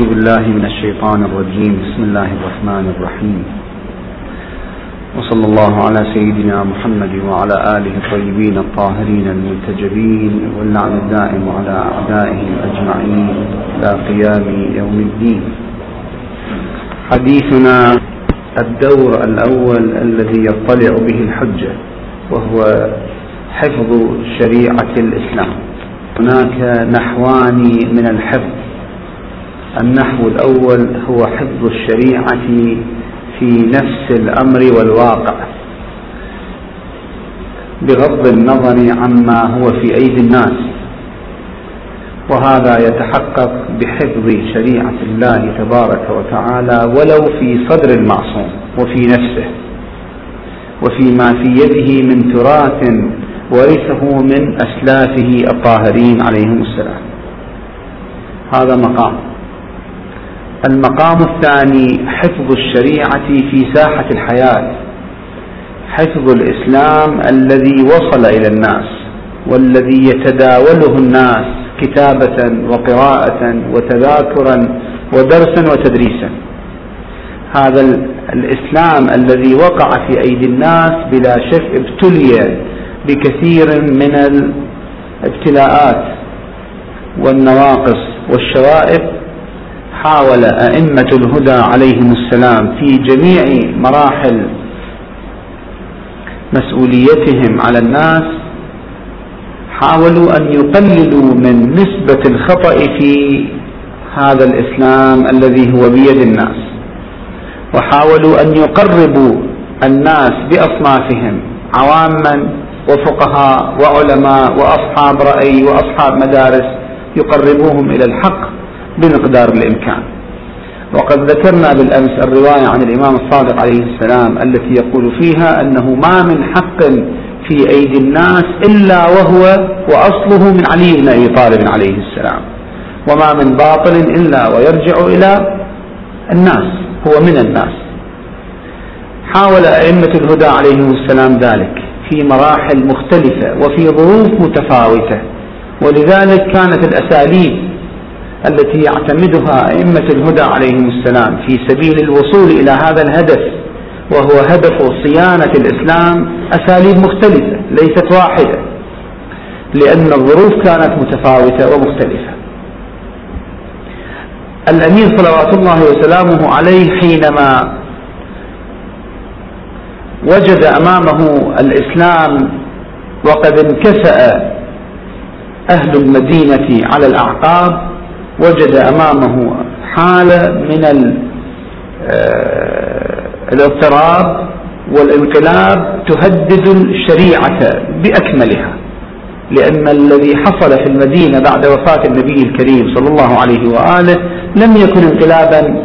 بالله من الشيطان الرجيم. بسم الله الرحمن الرحيم، وصلى الله على سيدنا محمد وعلى آله الطيبين الطاهرين المنتجبين، واللعن الدائم على أعدائهم أجمعين إلى قيام يوم الدين. حديثنا الدور الأول الذي يطلع به الحجة، وهو حفظ شريعة الإسلام. هناك نحوان من الحفظ. النحو الأول هو حفظ الشريعة في نفس الأمر والواقع، بغض النظر عما هو في أيدي الناس، وهذا يتحقق بحفظ شريعة الله تبارك وتعالى ولو في صدر المعصوم وفي نفسه وفيما في يده من تراث ورثه من أسلافه الطاهرين عليهم السلام. هذا مقام. المقام الثاني حفظ الشريعة في ساحة الحياة، حفظ الإسلام الذي وصل إلى الناس والذي يتداوله الناس كتابة وقراءة وتذاكرا ودرسا وتدريسا. هذا الإسلام الذي وقع في أيدي الناس بلا شك ابتلي بكثير من الابتلاءات والنواقص والشوائب. حاول أئمة الهدى عليهم السلام في جميع مراحل مسؤوليتهم على الناس، حاولوا أن يقللوا من نسبة الخطأ في هذا الإسلام الذي هو بيد الناس، وحاولوا أن يقربوا الناس بأصنافهم، عواما وفقهاء وعلماء وأصحاب رأي وأصحاب مدارس، يقربوهم إلى الحق بمقدار الإمكان. وقد ذكرنا بالأمس الرواية عن الإمام الصادق عليه السلام التي يقول فيها أنه ما من حق في أيدي الناس إلا وهو وأصله من علي بن أبي طالب عليه السلام، وما من باطل إلا ويرجع إلى الناس، هو من الناس. حاول أئمة الهدى عليهم السلام ذلك في مراحل مختلفة وفي ظروف متفاوتة، ولذلك كانت الأساليب التي يعتمدها أئمة الهدى عليهم السلام في سبيل الوصول إلى هذا الهدف، وهو هدف صيانة الإسلام، أساليب مختلفة ليست واحدة، لأن الظروف كانت متفاوتة ومختلفة. الأمير صلوات الله وسلامه عليه حينما وجد أمامه الإسلام وقد انكفأ أهل المدينة على الأعقاب، وجد أمامه حالة من الاضطراب والانقلاب تهدد الشريعة بأكملها، لأن الذي حصل في المدينة بعد وفاة النبي الكريم صلى الله عليه وآله لم يكن انقلابا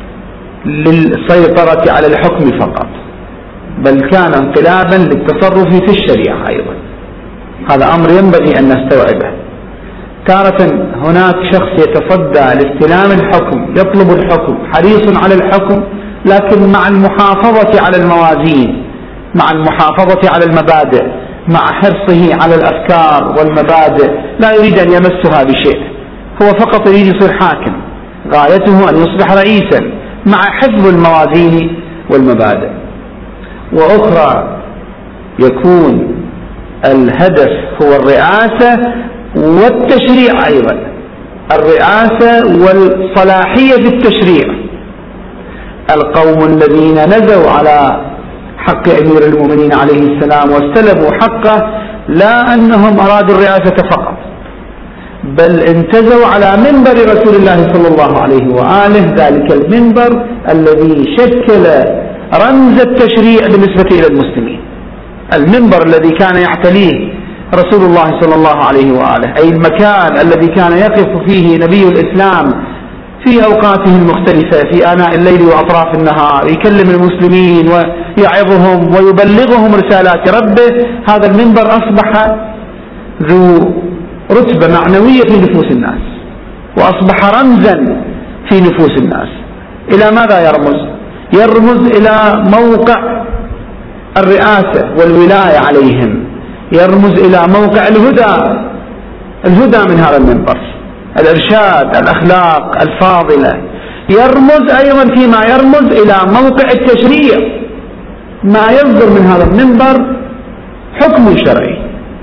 للسيطرة على الحكم فقط، بل كان انقلابا للتصرف في الشريعة أيضا. هذا أمر ينبغي أن نستوعبه. تارة هناك شخص يتصدى لاستلام الحكم، يطلب الحكم، حريص على الحكم، لكن مع المحافظة على الموازين، مع المحافظة على المبادئ، مع حرصه على الأفكار والمبادئ، لا يريد أن يمسها بشيء، هو فقط يريد يصير حاكم، غايته أن يصبح رئيسا، مع حفظ الموازين والمبادئ. وأخرى يكون الهدف هو الرئاسة والتشريع أيضا، الرئاسة والصلاحية في التشريع. القوم الذين نزوا على حق أمير المؤمنين عليه السلام واستلبوا حقه، لا أنهم أرادوا الرئاسة فقط، بل انتزوا على منبر رسول الله صلى الله عليه وآله، ذلك المنبر الذي شكل رمز التشريع بالنسبة إلى المسلمين، المنبر الذي كان يحتليه رسول الله صلى الله عليه وآله، أي المكان الذي كان يقف فيه نبي الإسلام في أوقاته المختلفة في آناء الليل وأطراف النهار، يكلم المسلمين ويعظهم ويبلغهم رسالات ربه. هذا المنبر أصبح ذو رتبة معنوية في نفوس الناس، وأصبح رمزا في نفوس الناس. إلى ماذا يرمز؟ يرمز إلى موقع الرئاسة والولاية عليهم، يرمز إلى موقع الهدى من هذا المنبر، الإرشاد، الأخلاق الفاضلة، يرمز أيضا فيما يرمز إلى موقع التشريع، ما يصدر من هذا المنبر حكم شرعي،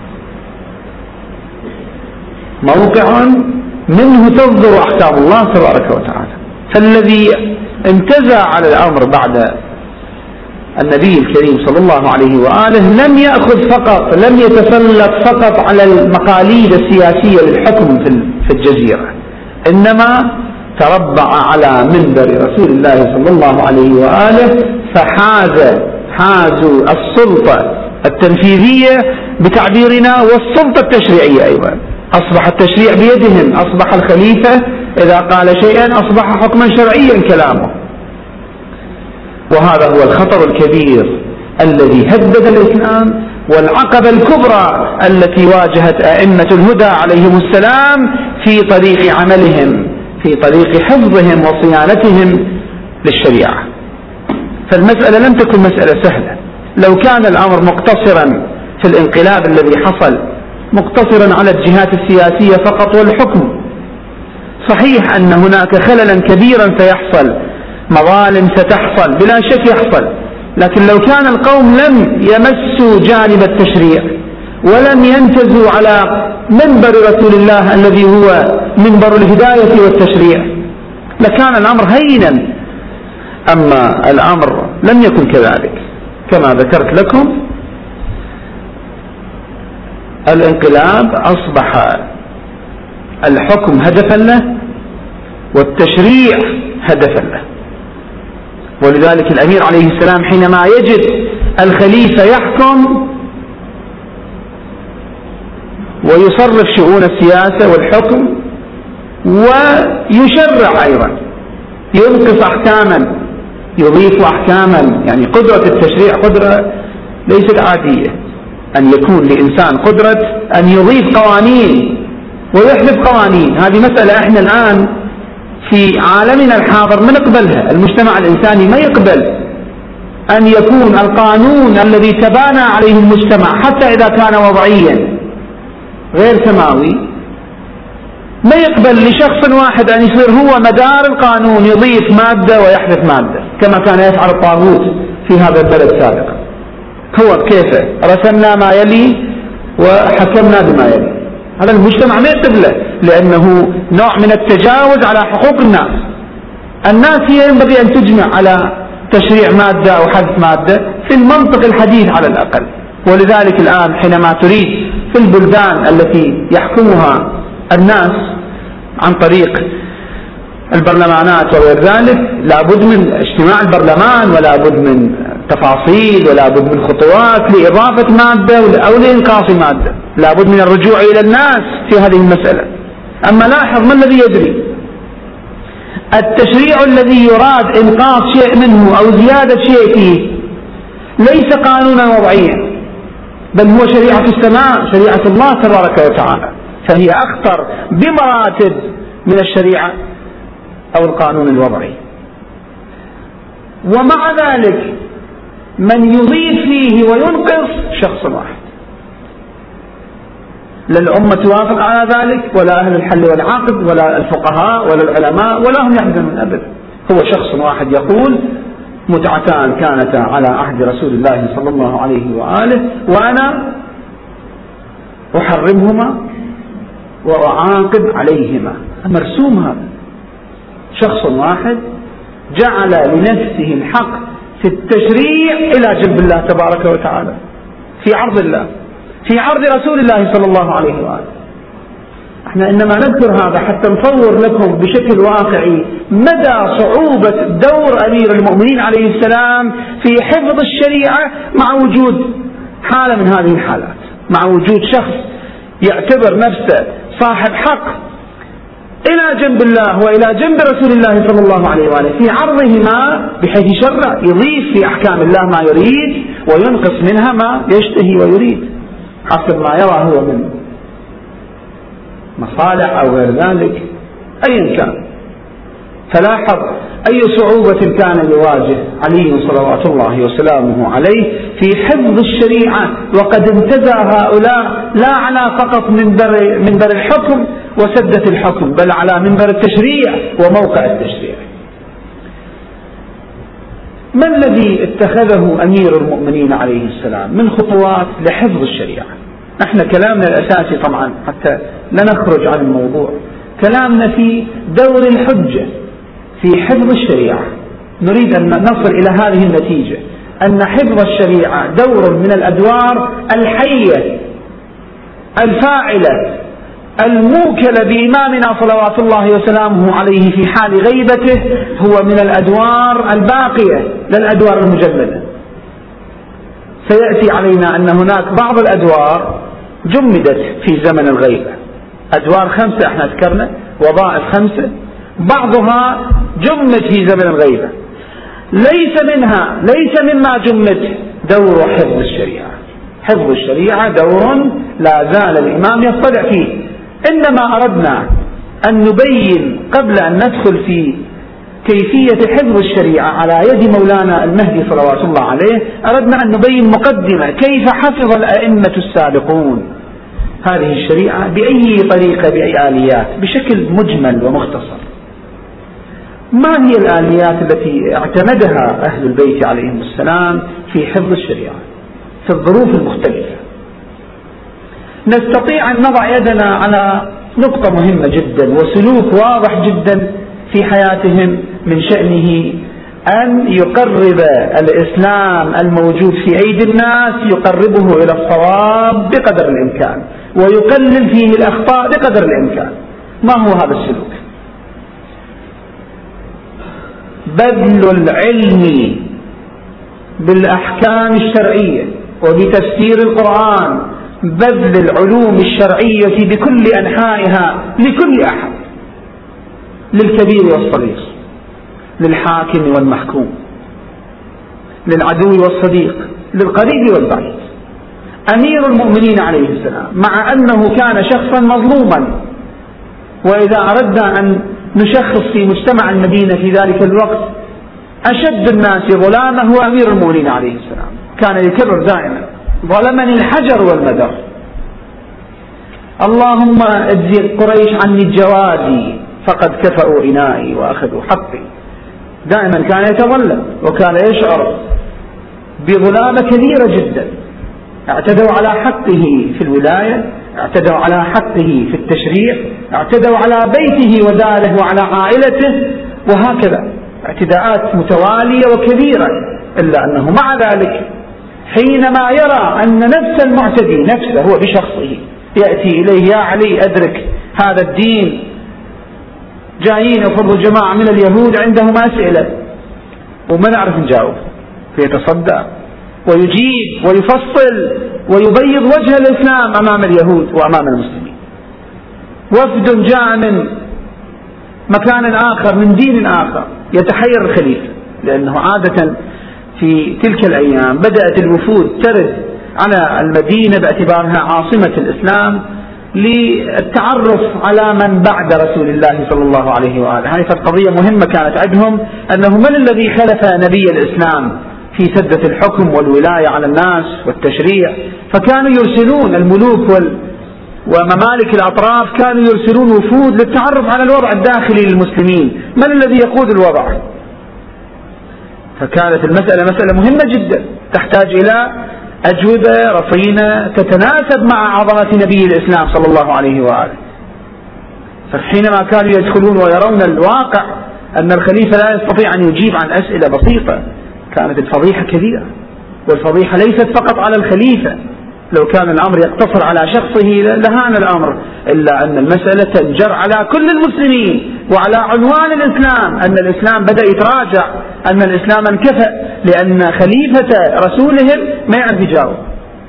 موقع منه تصدر أحكام الله تبارك وتعالى. فالذي انتزع على الأمر بعد النبي الكريم صلى الله عليه وآله لم يأخذ فقط، لم يتسلط فقط على المقاليد السياسية للحكم في الجزيرة، إنما تربع على منبر رسول الله صلى الله عليه وآله، فحازوا السلطة التنفيذية بتعبيرنا والسلطة التشريعية أيضا. أصبح التشريع بيدهم، أصبح الخليفة إذا قال شيئا أصبح حكما شرعيا كلامه. وهذا هو الخطر الكبير الذي هدد الإسلام، والعقبة الكبرى التي واجهت أئمة الهدى عليهم السلام في طريق عملهم، في طريق حفظهم وصيانتهم للشريعة. فالمسألة لم تكن مسألة سهلة. لو كان الأمر مقتصرا في الانقلاب الذي حصل مقتصرا على الجهات السياسية فقط والحكم، صحيح أن هناك خللا كبيرا سيحصل، مظالم ستحصل بلا شك يحصل، لكن لو كان القوم لم يمسوا جانب التشريع ولم ينتزوا على منبر رسول الله الذي هو منبر الهداية والتشريع لكان الأمر هينا. أما الأمر لم يكن كذلك، كما ذكرت لكم الانقلاب أصبح الحكم هدفا له والتشريع هدفا له. ولذلك الأمير عليه السلام حينما يجد الخليفة يحكم ويصرف شؤون السياسة والحكم ويشرع أيضا، ينقص أحكاما يضيف أحكاما، يعني قدرة التشريع قدرة ليست عادية، أن يكون لإنسان قدرة أن يضيف قوانين ويحذف قوانين. هذه مسألة احنا الآن في عالمنا الحاضر ما نقبلها، المجتمع الإنساني ما يقبل أن يكون القانون الذي تبانى عليه المجتمع حتى إذا كان وضعيا غير سماوي، ما يقبل لشخص واحد أن يصير هو مدار القانون، يضيف مادة ويحذف مادة كما كان يفعل الطاغوت في هذا البلد سابقا. هو كيف رسمنا ما يلي وحكمنا بما يلي، هذا المجتمع ما يقبله، لأنه نوع من التجاوز على حقوق الناس. الناس هي ينبغي أن تجمع على تشريع مادة أو حذف مادة في المنطق الحديث على الأقل. ولذلك الآن حينما تريد في البلدان التي يحكمها الناس عن طريق البرلمانات وغير ذلك لابد من اجتماع البرلمان، ولا بد من تفاصيل، ولا بد من خطوات لإضافة مادة أو لإنقاص مادة، لا بد من الرجوع إلى الناس في هذه المسألة. أما لاحظ ما الذي يجري، التشريع الذي يراد إنقاص شيء منه أو زيادة شيء فيه ليس قانونا وضعيا، بل هو شريعة السماء، شريعة الله تبارك وتعالى، فهي أخطر بمراتب من الشريعة أو القانون الوضعي. ومع ذلك من يضيف فيه وينقص شخص واحد، لا الأمة توافق على ذلك، ولا أهل الحل والعقد، ولا الفقهاء، ولا العلماء، ولا هم يحزنون أبدا. هو شخص واحد يقول متعتان كانتا على عهد رسول الله صلى الله عليه وآله وأنا أحرمهما وأعاقب عليهما، مرسوم. هذا شخص واحد جعل لنفسه الحق في التشريع إلى جنب الله تبارك وتعالى، في عرض الله، في عرض رسول الله صلى الله عليه وآله. احنا إنما نذكر هذا حتى نصور لكم بشكل واقعي مدى صعوبة دور أمير المؤمنين عليه السلام في حفظ الشريعة مع وجود حالة من هذه الحالات، مع وجود شخص يعتبر نفسه صاحب حق إلى جنب الله وإلى جنب رسول الله صلى الله عليه وآله في عرضهما، بحيث يشرع يضيف في أحكام الله ما يريد وينقص منها ما يشتهي ويريد حسب ما يرى هو من مصالح أو غير ذلك أيا كان. فلاحظ أي صعوبة كان يواجه علي صلوات الله وسلامه عليه في حفظ الشريعة، وقد انتزع هؤلاء لا على فقط منبر الحكم وسدة الحكم، بل على منبر التشريع وموقع التشريع. ما الذي اتخذه أمير المؤمنين عليه السلام من خطوات لحفظ الشريعة؟ نحن كلامنا الأساسي طبعا حتى لا نخرج عن الموضوع، كلامنا في دور الحجة في حفظ الشريعة. نريد أن نصل إلى هذه النتيجة، أن حفظ الشريعة دور من الأدوار الحية الفاعلة الموكلة بإمامنا صلوات الله وسلامه عليه في حال غيبته، هو من الأدوار الباقية لا الأدوار المجمدة. سيأتي علينا أن هناك بعض الأدوار جمدت في زمن الغيبة، أدوار 5 احنا ذكرنا، وظائف 5، بعضها جمد في زمن الغيبة. ليس مما جمد دور حفظ الشريعة. حفظ الشريعة دور لا زال الإمام يطلع فيه. إنما أردنا أن نبين قبل أن ندخل في كيفية حفظ الشريعة على يد مولانا المهدي صلوات الله عليه، أردنا أن نبين مقدمة كيف حفظ الأئمة السابقون هذه الشريعة، بأي طريقة، بأي آليات، بشكل مجمل ومختصر. ما هي الآليات التي اعتمدها أهل البيت عليهم السلام في حفظ الشريعة في الظروف المختلفة؟ نستطيع أن نضع يدنا على نقطة مهمة جدا وسلوك واضح جدا في حياتهم من شأنه أن يقرب الإسلام الموجود في أيدي الناس، يقربه إلى الصواب بقدر الإمكان، ويقلل فيه الأخطاء بقدر الإمكان. ما هو هذا السلوك؟ بذل العلم بالأحكام الشرعية وبتفسير القرآن، بذل العلوم الشرعية بكل أنحائها لكل أحد، للكبير والصغير، للحاكم والمحكوم، للعدو والصديق، للقريب والبعيد. أمير المؤمنين عليه السلام مع أنه كان شخصا مظلوما، وإذا أردنا أن نشخص في مجتمع المدينة في ذلك الوقت أشد الناس ظلاما هو أمير المؤمنين عليه السلام. كان يكرر دائما: ظلمني الحجر والمدر، اللهم اجزي قريش عني الجوادي فقد كفأوا إنائي وأخذوا حقي. دائما كان يتظلم وكان يشعر بظلامة كبيرة جدا. اعتدوا على حقه في الولاية، اعتدوا على حقه في التشريع، اعتدوا على بيته وداره وعلى عائلته، وهكذا اعتداءات متوالية وكبيرة. إلا أنه مع ذلك حينما يرى أن نفس المعتدي نفسه هو بشخصه يأتي إليه: يا علي أدرك هذا الدين، جايين يفرضوا جماعة من اليهود عندهم أسئلة وما نعرف نجاوب، فيتصدى ويجيب ويفصل ويبيض وجه الإسلام أمام اليهود وأمام المسلمين. وفد جاء من مكان آخر من دين آخر يتحير الخليفة، لأنه عادة في تلك الأيام بدأت الوفود ترد على المدينة باعتبارها عاصمة الإسلام للتعرف على من بعد رسول الله صلى الله عليه وآله. هذه قضية مهمة كانت عندهم، أنه من الذي خلف نبي الإسلام في سدة الحكم والولاية على الناس والتشريع. فكانوا يرسلون الملوك وممالك الأطراف، كانوا يرسلون وفود للتعرف على الوضع الداخلي للمسلمين، من الذي يقود الوضع. فكانت المسألة مسألة مهمة جدا تحتاج إلى أجوبة رصينة تتناسب مع عظمة نبي الإسلام صلى الله عليه وآله. فحينما كانوا يدخلون ويرون الواقع أن الخليفة لا يستطيع أن يجيب عن أسئلة بسيطة، كانت الفضيحة كبيرة. والفضيحة ليست فقط على الخليفة، لو كان الأمر يقتصر على شخصه لهان الأمر، إلا أن المسألة تنجر على كل المسلمين وعلى عنوان الإسلام، أن الإسلام بدأ يتراجع، أن الإسلام انكفأ، لأن خليفة رسولهم ما يعرف يجاوب.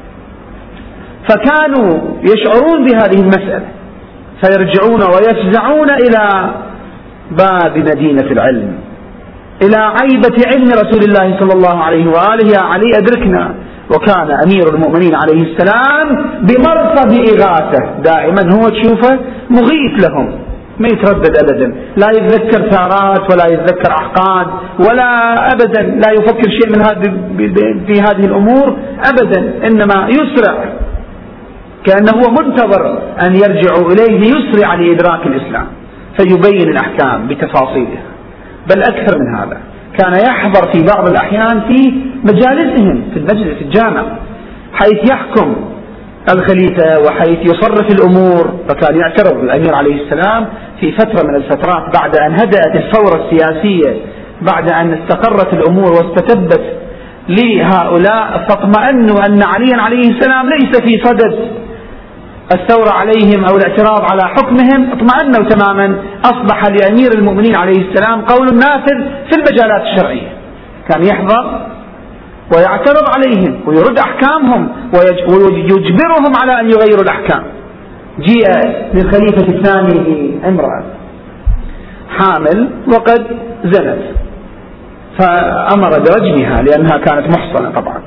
فكانوا يشعرون بهذه المسألة فيرجعون ويفزعون إلى باب مدينة العلم، إلى عيبة علم رسول الله صلى الله عليه وآله: يا علي أدركنا. وكان أمير المؤمنين عليه السلام بمرصد إغاثة، دائما هو تشوفه مغيث لهم، ما يتردد أبدا، لا يتذكر ثارات ولا يتذكر أحقاد ولا أبدا، لا يفكر شيء من في هذه الأمور أبدا، إنما يسرع كأنه هو منتظر أن يرجعوا إليه ليسرع لإدراك الإسلام فيبين الأحكام بتفاصيلها. بل أكثر من هذا، كان يحضر في بعض الأحيان في مجالسهم في المجلس في الجامع، حيث يحكم الخليفة وحيث يصرف الأمور. فكان يعترض الأمير عليه السلام في فترة من الفترات بعد أن هدأت الثورة السياسية، بعد أن استقرت الأمور واستتبت لهؤلاء، فاطمأنوا أن عليا عليه السلام ليس في صدد الثورة عليهم أو الاعتراض على حكمهم، اطمأنوا تماما، أصبح لأمير المؤمنين عليه السلام قول نافذ في المجالات الشرعية. كان يحضر ويعترض عليهم ويرد أحكامهم ويجبرهم على أن يغيروا الأحكام. جيء للخليفة الثاني بامرأة حامل وقد زنت، فأمر برجمها لأنها كانت محصنة طبعا.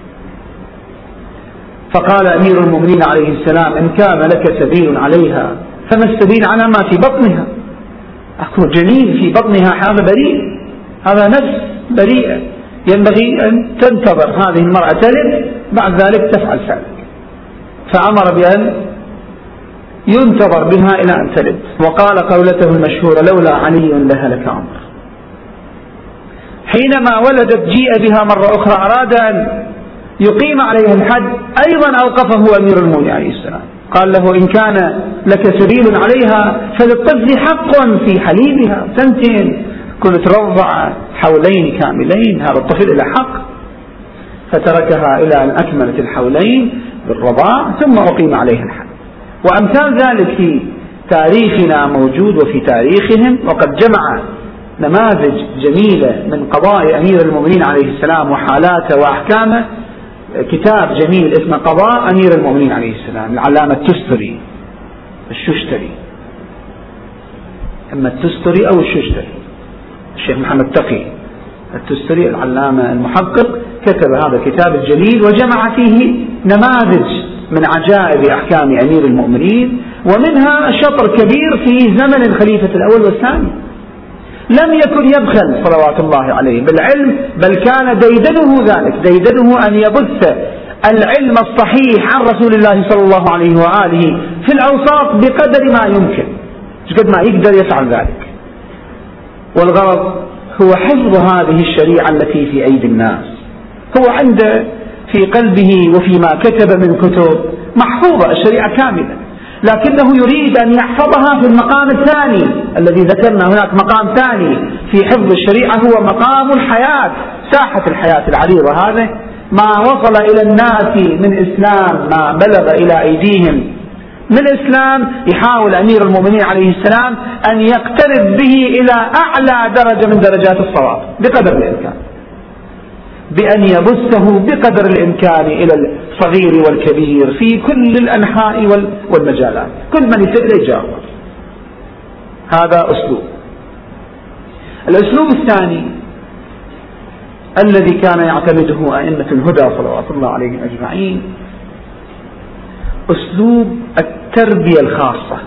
فقال أمير المؤمنين عليه السلام: إن كان لك سبيل عليها فما السبيل على ما في بطنها؟ أكو جنين في بطنها، هذا بريء، هذا نفس بريئة، ينبغي أن تنتظر هذه المرأة تلد، بعد ذلك تفعل فعل. فأمر بأن ينتظر بها إلى أن تلد، وقال قولته المشهورة: لولا علي لهلك عمر. حينما ولدت جيء بها مرة أخرى، أراد أن يقيم عليها الحد، أيضا أوقفه أمير المؤمنين عليه السلام، قال له: إن كان لك سبيل عليها فللطفل حق في حليبها، سنتين كنت رضع حولين كاملين، هذا الطفل له حق. فتركها إلى أن أكملت الحولين بالرضاع ثم أقيم عليها الحد. وأمثال ذلك في تاريخنا موجود وفي تاريخهم، وقد جمع نماذج جميلة من قضاء أمير المؤمنين عليه السلام وحالاته وأحكامه كتاب جميل اسمه قضاء أمير المؤمنين عليه السلام، العلامة التستري الششتري، إما التستري أو الششتري، الشيخ محمد تقي التستري العلامة المحقق كتب هذا الكتاب الجليل، وجمع فيه نماذج من عجائب أحكام أمير المؤمنين، ومنها شطر كبير في زمن الخليفة الأول والثاني. لم يكن يبخل صلوات الله عليه بالعلم، بل كان ديدنه ذلك، ديدنه أن يبث العلم الصحيح عن رسول الله صلى الله عليه وآله في الأوساط بقدر ما يمكن، قد ما يقدر يفعل ذلك. والغرض هو حفظ هذه الشريعة التي في أيدي الناس. هو عنده في قلبه وفيما كتب من كتب محفوظة الشريعة كاملة، لكنه يريد أن يحفظها في المقام الثاني الذي ذكرنا. هناك مقام ثاني في حفظ الشريعة هو مقام الحياة، ساحة الحياة العريضة، هذا ما وصل إلى الناس من إسلام، ما بلغ إلى أيديهم من إسلام، يحاول أمير المؤمنين عليه السلام أن يقترب به إلى أعلى درجة من درجات الصواب بقدر الإمكان، بأن يبثه بقدر الإمكان إلى الصغير والكبير في كل الأنحاء والمجالات، كل من يسأل يجاوب. هذا أسلوب. الأسلوب الثاني الذي كان يعتمده أئمة الهدى صلوات الله عليهم أجمعين، أسلوب التربية الخاصة.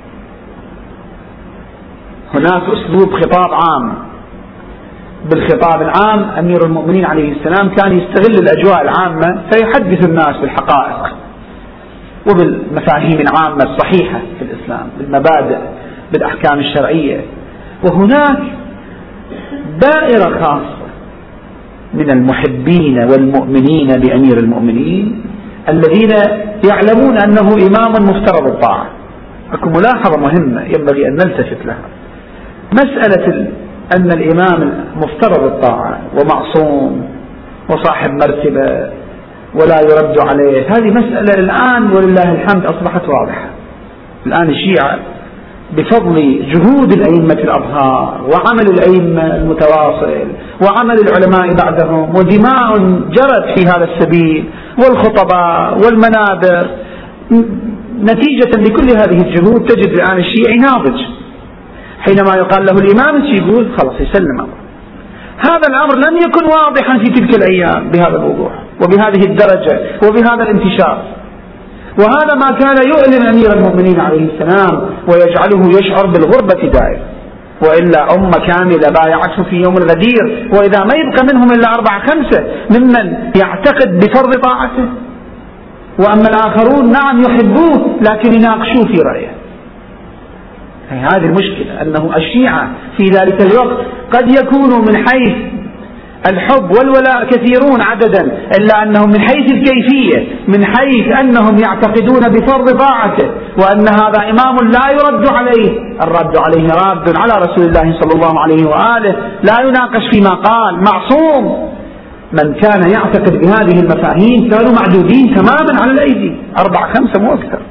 هناك أسلوب خطاب عام. بالخطاب العام أمير المؤمنين عليه السلام كان يستغل الأجواء العامة فيحدث الناس بالحقائق وبالمفاهيم العامة الصحيحة في الإسلام، بالمبادئ، بالأحكام الشرعية. وهناك دائرة خاصة من المحبين والمؤمنين بأمير المؤمنين الذين يعلمون أنه إمام مفترض الطاعة. أكو ملاحظة مهمة ينبغي أن نلتفت لها، مسألة أن الإمام مفترض الطاعة ومعصوم وصاحب مرتبة ولا يرد عليه، هذه مسألة الآن ولله الحمد أصبحت واضحة. الآن الشيعة بفضل جهود الأئمة الأطهار وعمل الأئمة المتواصل وعمل العلماء بعدهم ودماء جرت في هذا السبيل والخطباء والمنابر، نتيجة لكل هذه الجهود تجد الآن الشيعي ناضج. حينما يقال له الإمام يقول خلاص يسلم أمره. هذا الأمر لم يكن واضحا في تلك الأيام بهذا الوضوح وبهذه الدرجة وبهذا الانتشار. وهذا ما كان يؤلم أمير المؤمنين عليه السلام ويجعله يشعر بالغربة دائما، وإلا أمة كاملة بايعته في يوم الغدير، وإذا ما يبقى منهم إلا 4-5 ممن يعتقد بفرض طاعته. وأما الآخرون نعم يحبوه لكن يناقشوه في رأيه. هذه المشكلة، أنه الشيعة في ذلك الوقت قد يكونوا من حيث الحب والولاء كثيرون عددا، إلا أنهم من حيث الكيفية، من حيث أنهم يعتقدون بفرض طاعته وأن هذا إمام لا يرد عليه، الرد عليه راد على رسول الله صلى الله عليه وآله، لا يناقش فيما قال، معصوم. من كان يعتقد بهذه المفاهيم كانوا معدودين تماما على الأيدي، 4 5 مو أكثر.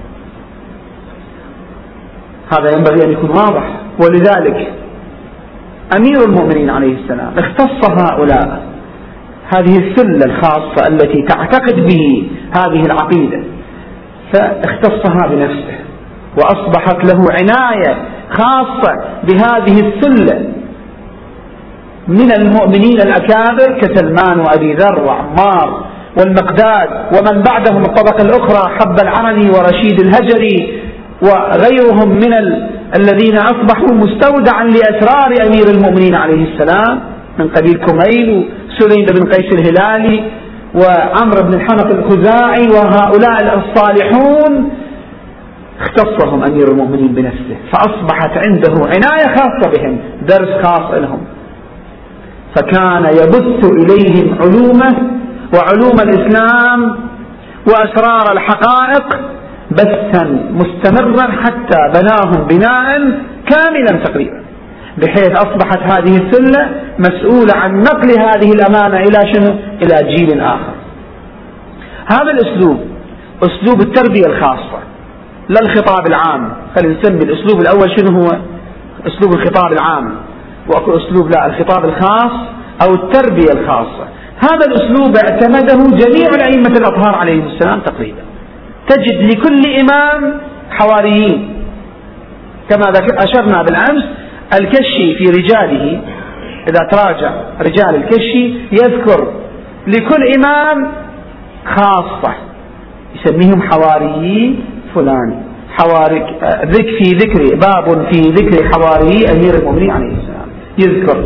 هذا ينبغي أن يكون واضح. ولذلك أمير المؤمنين عليه السلام اختص هؤلاء هذه الثلة الخاصة التي تعتقد به هذه العقيدة، فاختصها بنفسه، وأصبحت له عناية خاصة بهذه الثلة من المؤمنين الأكابر كسلمان وأبي ذر وعمار والمقداد ومن بعدهم الطبقة الأخرى، حب العرني ورشيد الهجري وغيرهم من الذين أصبحوا مستودعا لأسرار أمير المؤمنين عليه السلام، من قبيل كميل وسليم بن قيس الهلالي وعمر بن الحنق الخزاعي، وهؤلاء الصالحون اختصهم أمير المؤمنين بنفسه، فأصبحت عنده عناية خاصة بهم، درس خاص لهم، فكان يبث إليهم علومه وعلوم الإسلام وأسرار الحقائق بثا مستمرا حتى بناهم بناء كاملا تقريبا، بحيث أصبحت هذه الثلة مسؤولة عن نقل هذه الأمانة إلى شنو؟ إلى جيل آخر. هذا الأسلوب أسلوب التربية الخاصة، لا الخطاب العام. خلينا نسمي الأسلوب الأول شنو هو؟ أسلوب الخطاب العام، وأكو أسلوب لا الخطاب الخاص أو التربية الخاصة. هذا الأسلوب اعتمده جميع الأئمة الأطهار عليهم السلام تقريبا. تجد لكل إمام حواريين، كما أشرنا بالأمس، الكشي في رجاله إذا تراجع رجال الكشي يذكر لكل إمام خاصة يسميهم حواريين فلان، في ذكر باب في ذكر حواري أمير المؤمنين عليه السلام، يذكر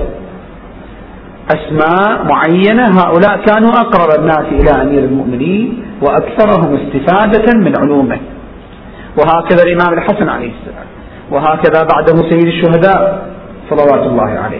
أسماء معينة، هؤلاء كانوا أقرب الناس إلى أمير المؤمنين وأكثرهم استفادة من علومه. وهكذا الإمام الحسن عليه السلام، وهكذا بعده سيد الشهداء صلوات الله عليه،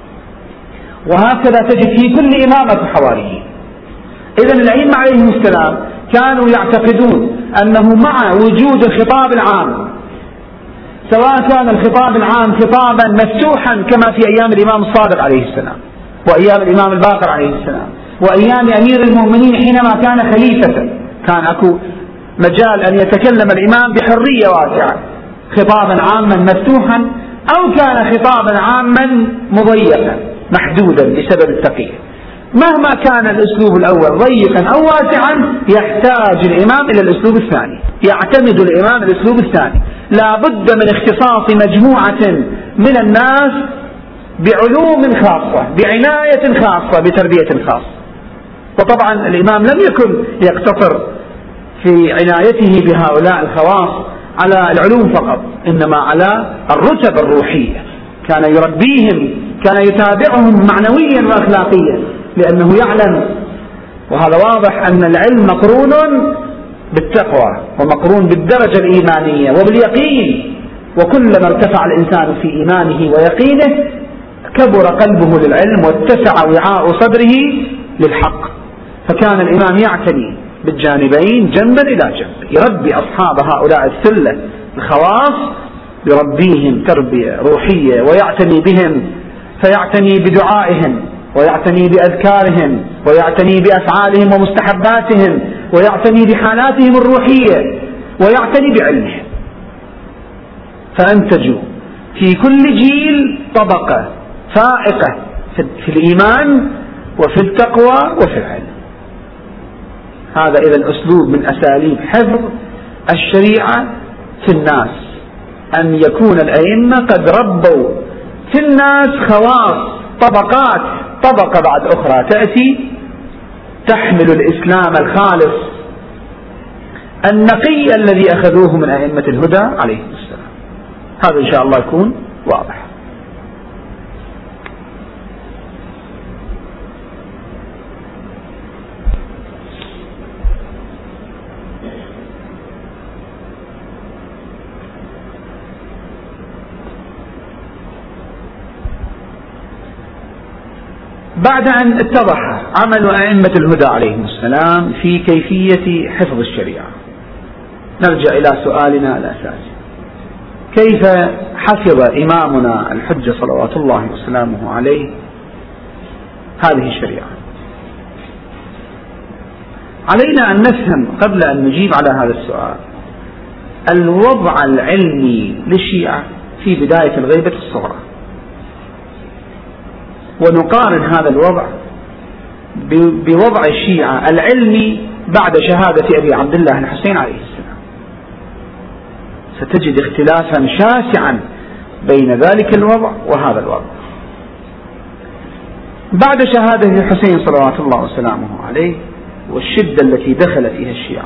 وهكذا تجد في كل إمامة حواريين. إذن الأئمة عليهم السلام كانوا يعتقدون أنه مع وجود الخطاب العام، سواء كان الخطاب العام خطابا مفتوحا كما في أيام الإمام الصادق عليه السلام وأيام الإمام الباقر عليه السلام وأيام أمير المؤمنين حينما كان خليفة، كان أكو مجال أن يتكلم الإمام بحرية واسعة، خطابا عاما مفتوحا أو كان خطابا عاما مضيقا محدودا بسبب التقية. مهما كان الأسلوب الأول ضيقا أو واسعا يحتاج الإمام إلى الأسلوب الثاني، يعتمد الإمام الأسلوب الثاني، لا بد من اختصاص مجموعة من الناس بعلوم خاصة، بعناية خاصة، بتربية خاصة. وطبعا الإمام لم يكن يقتصر في عنايته بهؤلاء الخواص على العلوم فقط، إنما على الرتب الروحية، كان يربيهم، كان يتابعهم معنويا وأخلاقيا، لأنه يعلم، وهذا واضح، أن العلم مقرون بالتقوى ومقرون بالدرجة الإيمانية وباليقين، وكلما ارتفع الإنسان في إيمانه ويقينه كبر قلبه للعلم واتسع وعاء صدره للحق. فكان الإمام يعتني بالجانبين جنبا إلى جنب، يربي أصحاب هؤلاء الثلة الخواص، يربيهم تربية روحية ويعتني بهم، فيعتني بدعائهم ويعتني بأذكارهم ويعتني بأفعالهم ومستحباتهم ويعتني بحالاتهم الروحية ويعتني بعلمهم، فأنتجوا في كل جيل طبقة فائقة في الإيمان وفي التقوى وفي العلم. هذا إذن أسلوب من أساليب حفظ الشريعة في الناس، أن يكون الأئمة قد ربوا في الناس خواص، طبقات، طبقة بعد أخرى تأتي تحمل الإسلام الخالص النقي الذي أخذوه من أئمة الهدى عليهم السلام. هذا إن شاء الله يكون واضح. بعد أن اتضح عمل أئمة الهدى عليهم السلام في كيفية حفظ الشريعة، نرجع إلى سؤالنا الأساسي: كيف حفظ إمامنا الحجة صلوات الله وسلامه عليه هذه الشريعة؟ علينا أن نفهم قبل أن نجيب على هذا السؤال الوضع العلمي للشيعة في بداية الغيبة الصغرى، ونقارن هذا الوضع بوضع الشيعة العلمي بعد شهادة أبي عبد الله الحسين عليه السلام. ستجد اختلافا شاسعا بين ذلك الوضع وهذا الوضع. بعد شهادة الحسين صلوات الله وسلامه عليه والشدة التي دخل فيها الشيعة،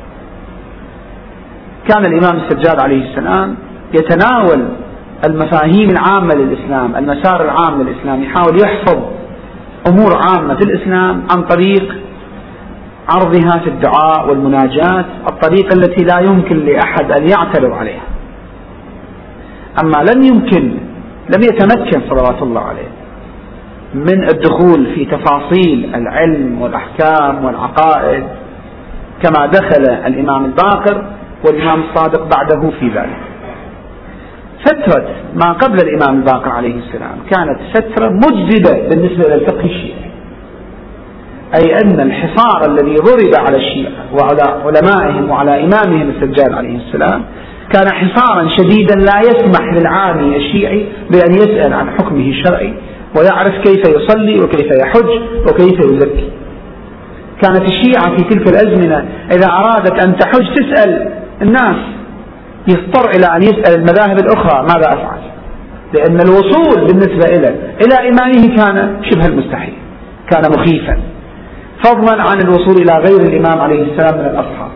كان الإمام السجاد عليه السلام يتناول المفاهيم العامة للإسلام، المسار العام للإسلام، يحاول يحفظ أمور عامة الإسلام عن طريق عرضها في الدعاء والمناجات، الطريقة التي لا يمكن لأحد أن يعترض عليها. أما لم يتمكن صلوات الله عليه من الدخول في تفاصيل العلم والأحكام والعقائد كما دخل الإمام الباقر والإمام الصادق بعده في ذلك. فترة ما قبل الإمام الباقر عليه السلام كانت فترة مجزدة بالنسبة إلى الفقه الشيعي، أي أن الحصار الذي ضرب على الشيعة وعلى علمائهم وعلى إمامهم السجاد عليه السلام كان حصارا شديدا لا يسمح للعامي الشيعي بأن يسأل عن حكمه الشرعي ويعرف كيف يصلي وكيف يحج وكيف يزكي. كانت الشيعة في تلك الأزمنة إذا أرادت أن تحج تسأل الناس، يضطر إلى أن يسأل المذاهب الأخرى ماذا أفعل، لأن الوصول بالنسبة إلى إمامه كان شبه المستحيل، كان مخيفا، فضلا عن الوصول إلى غير الإمام عليه السلام من الأصحاب.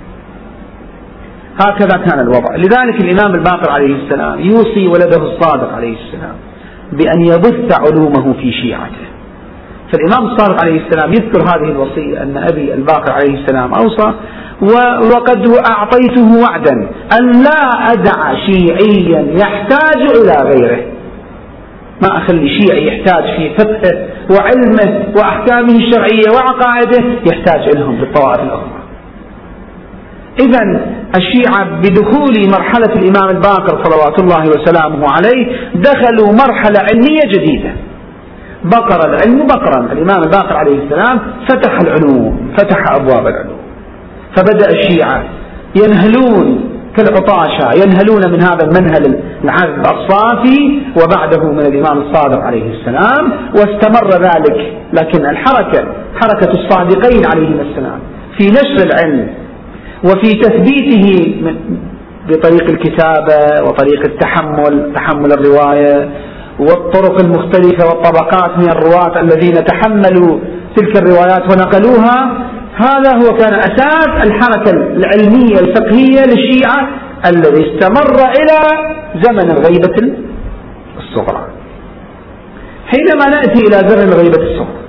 هكذا كان الوضع. لذلك الإمام الباقر عليه السلام يوصي ولده الصادق عليه السلام بأن يبث علومه في شيعته. فالإمام الصادق عليه السلام يذكر هذه الوصية أن أبي الباقر عليه السلام أوصى: وقد أعطيته وعدا أن لا أدع شيعيا يحتاج إلى غيره، ما أخلي شيعي يحتاج في فقهه وعلمه وأحكامه الشرعية وعقائده يحتاج إلهم بالطوائف الأخرى. إذن الشيعة بدخول مرحلة الإمام الباقر صلوات الله وسلامه عليه دخلوا مرحلة علمية جديدة، بقر العلم بقرا. الإمام الباقر عليه السلام فتح العلوم، فتح أبواب العلوم، فبدأ الشيعة ينهلون كالعطاشة، ينهلون من هذا المنهل العذب الصافي وبعده من الإمام الصادق عليه السلام، واستمر ذلك. لكن حركة الصادقين عليهم السلام في نشر العلم وفي تثبيته بطريق الكتابة وطريق تحمل الرواية والطرق المختلفة والطبقات من الرواة الذين تحملوا تلك الروايات ونقلوها، هذا هو كان أساس الحركة العلمية الفقهية للشيعة الذي استمر إلى زمن الغيبة الصغرى. حينما نأتي إلى زمن الغيبة الصغرى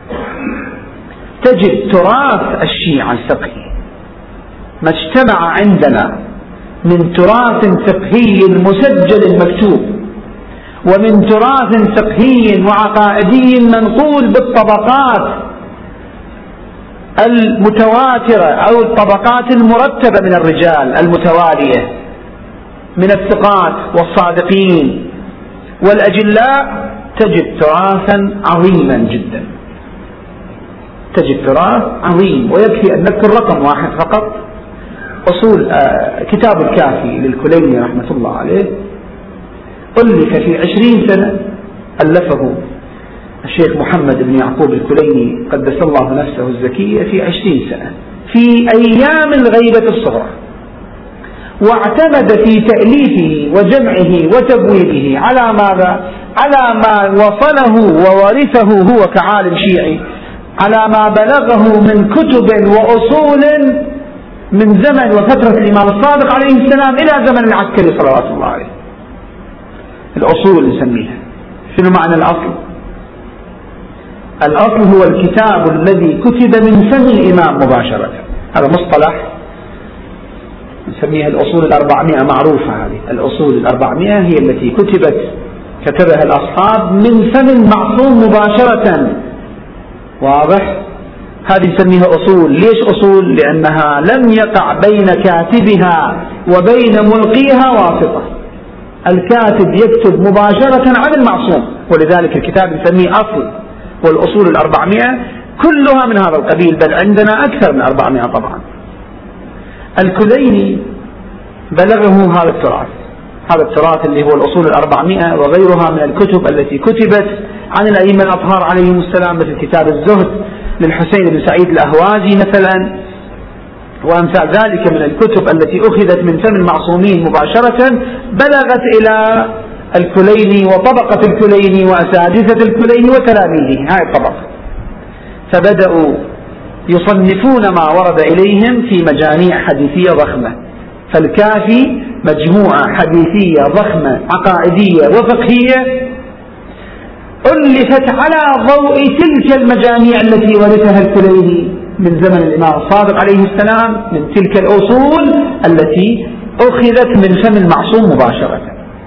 تجد تراث الشيعة الفقهي ما اجتمع عندنا من تراث فقهي مسجل مكتوب، ومن تراث فقهي وعقائدي منقول بالطبقات المتواترة أو الطبقات المرتبة من الرجال المتوالية من الثقات والصادقين والأجلاء، تجد تراثا عظيما جدا، تجد تراث عظيم. ويكفي أن نذكر رقم واحد فقط: أصول كتاب الكافي للكليني رحمة الله عليه، ألف في 20 سنة، ألفه الشيخ محمد بن يعقوب الكليني قدس الله نفسه الزكية في 20 سنة في أيام الغيبة الصغرى، واعتمد في تأليفه وجمعه وتبويبه على ماذا؟ على ما وصله وورثه هو كعالم شيعي، على ما بلغه من كتب وأصول من زمن وفترة الإمام الصادق عليه السلام إلى زمن العسكري صلوات الله عليه. الأصول نسميها. شنو معنى الأصل؟ الأصل هو الكتاب الذي كتب من فم الإمام مباشرة، هذا مصطلح نسميها الأصول 400، معروفة هذه الأصول 400 هي التي كتبت كتبها الأصحاب من فم المعصوم مباشرة. واضح؟ هذه نسميها أصول. ليش أصول؟ لأنها لم يقع بين كاتبها وبين ملقيها واسطة. الكاتب يكتب مباشرة عن المعصوم، ولذلك الكتاب نسميه أصل. والأصول 400 كلها من هذا القبيل، بل عندنا أكثر من 400 طبعا. الكليني بلغه هذا التراث، هذا التراث اللي هو الأصول 400 وغيرها من الكتب التي كتبت عن الأئمة الأطهار عليهم السلام، مثل كتاب الزهد للحسين بن سعيد الأهوازي مثلا، وأمثال ذلك من الكتب التي أخذت من فم المعصومين مباشرة، بلغت إلى الكليني وطبقة الكليني وأساتذة الكليني وتلاميذه، هاي الطبقة. فبدأوا يصنفون ما ورد إليهم في مجاميع حديثية ضخمة. فالكافي مجموعة حديثية ضخمة عقائدية وفقهية ألفت على ضوء تلك المجاميع التي ورثها الكليني من زمن الإمام الصادق عليه السلام، من تلك الأصول التي أخذت من فم المعصوم مباشرة.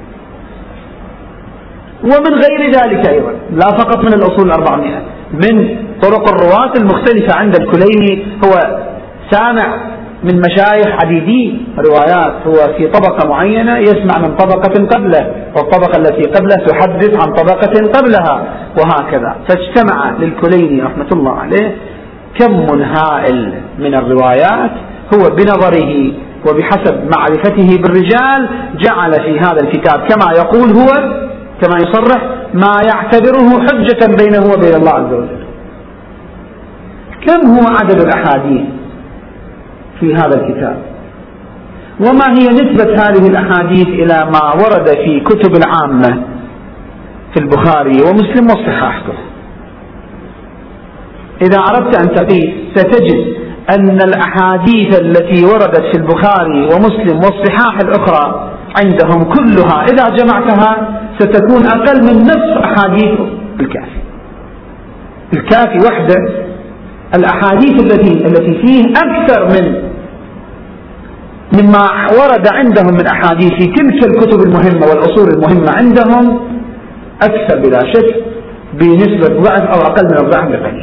ومن غير ذلك أيضا، لا فقط من الأصول 400، من طرق الرواة المختلفة عند الكليني. هو سامع من مشايخ عديدين روايات، هو في طبقة معينة يسمع من طبقة قبله، والطبقة التي قبله تحدث عن طبقة قبلها، وهكذا. فاجتمع للكليني رحمة الله عليه كم هائل من الروايات، هو بنظره وبحسب معرفته بالرجال جعل في هذا الكتاب كما يقول هو، كما يصرح، ما يعتبره حجة بينه وبين الله عز وجل. كم هو عدد الأحاديث في هذا الكتاب؟ وما هي نسبة هذه الأحاديث إلى ما ورد في كتب العامة في البخاري ومسلم والصحاح؟ إذا أردت أن تقيس ستجد أن الأحاديث التي وردت في البخاري ومسلم والصحاح الأخرى عندهم كلها إذا جمعتها ستكون أقل من نصف أحاديث الكافي. الكافي وحده الأحاديث التي فيه أكثر مما ورد عندهم من أحاديث في تلك الكتب المهمة والأصول المهمة عندهم أكثر بلا شك بنسبة ضعف أو أقل من الضعف بقليل.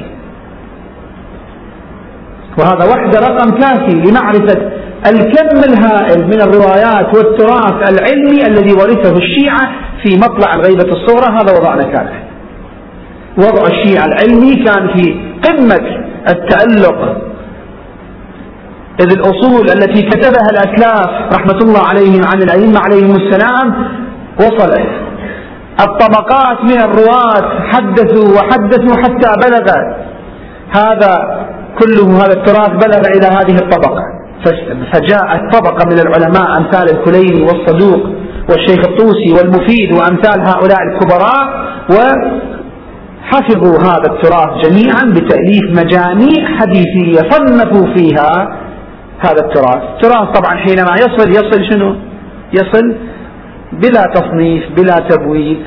وهذا وحده رقم كافي لمعرفة الكم الهائل من الروايات والتراث العلمي الذي ورثه الشيعة في مطلع الغيبة الصغرى. هذا وضعنا كان وضع الشيعة العلمي كان في قمة التألق، إذ الأصول التي كتبها الأسلاف رحمة الله عليهم عن الأئمة عليهم السلام وصلت. الطبقات من الرواة حدثوا وحدثوا حتى بلغ هذا كله، هذا التراث بلغ إلى هذه الطبقة. فجاءت طبقة من العلماء أمثال الكليني والصدوق والشيخ الطوسي والمفيد وأمثال هؤلاء الكبراء، وحفظوا هذا التراث جميعا بتأليف مجاميع حديثية صنفوا فيها هذا التراث. التراث طبعا حينما يصل شنو؟ يصل بلا تصنيف بلا تبويب.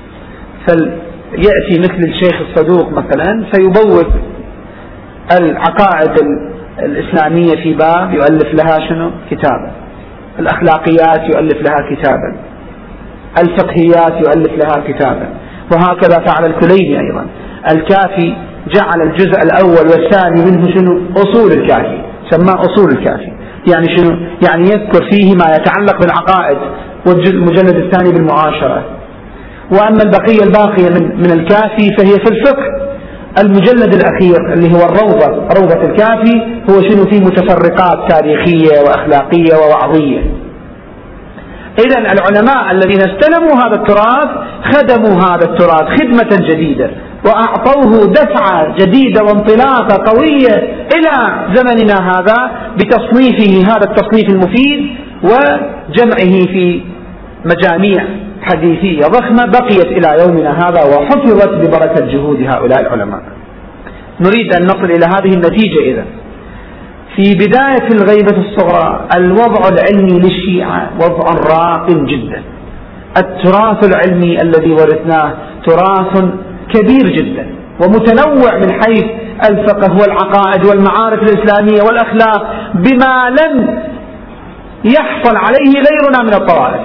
فيأتي مثل الشيخ الصدوق مثلا فيبوب العقائد الإسلامية في باب يؤلف لها شنو؟ كتابا. الأخلاقيات يؤلف لها كتابا. الفقهيات يؤلف لها كتابا. وهكذا فعل الكليني أيضا. الكافي جعل الجزء الأول والثاني منه شنو؟ أصول الكافي، سماه أصول الكافي. يعني شنو؟ يعني يذكر فيه ما يتعلق بالعقائد، والمجلد الثاني بالمعاشرة. وأما البقية الباقية من الكافي فهي في الفقه. المجلد الأخير اللي هو روضة الكافي هو شنو؟ فيه متفرقات تاريخية وأخلاقية ووعظية. إذن العلماء الذين استلموا هذا التراث خدموا هذا التراث خدمة جديدة، وأعطوه دفعة جديدة وانطلاقة قوية إلى زمننا هذا بتصنيفه هذا التصنيف المفيد وجمعه في مجاميع حديثية ضخمة بقيت إلى يومنا هذا وحفظت ببركة جهود هؤلاء العلماء. نريد أن نصل إلى هذه النتيجة. إذن في بداية الغيبة الصغرى الوضع العلمي للشيعة وضع راق جدا. التراث العلمي الذي ورثناه تراث كبير جدا ومتنوع من حيث الفقه والعقائد والمعارف الإسلامية والأخلاق بما لم يحصل عليه غيرنا من الطوائف.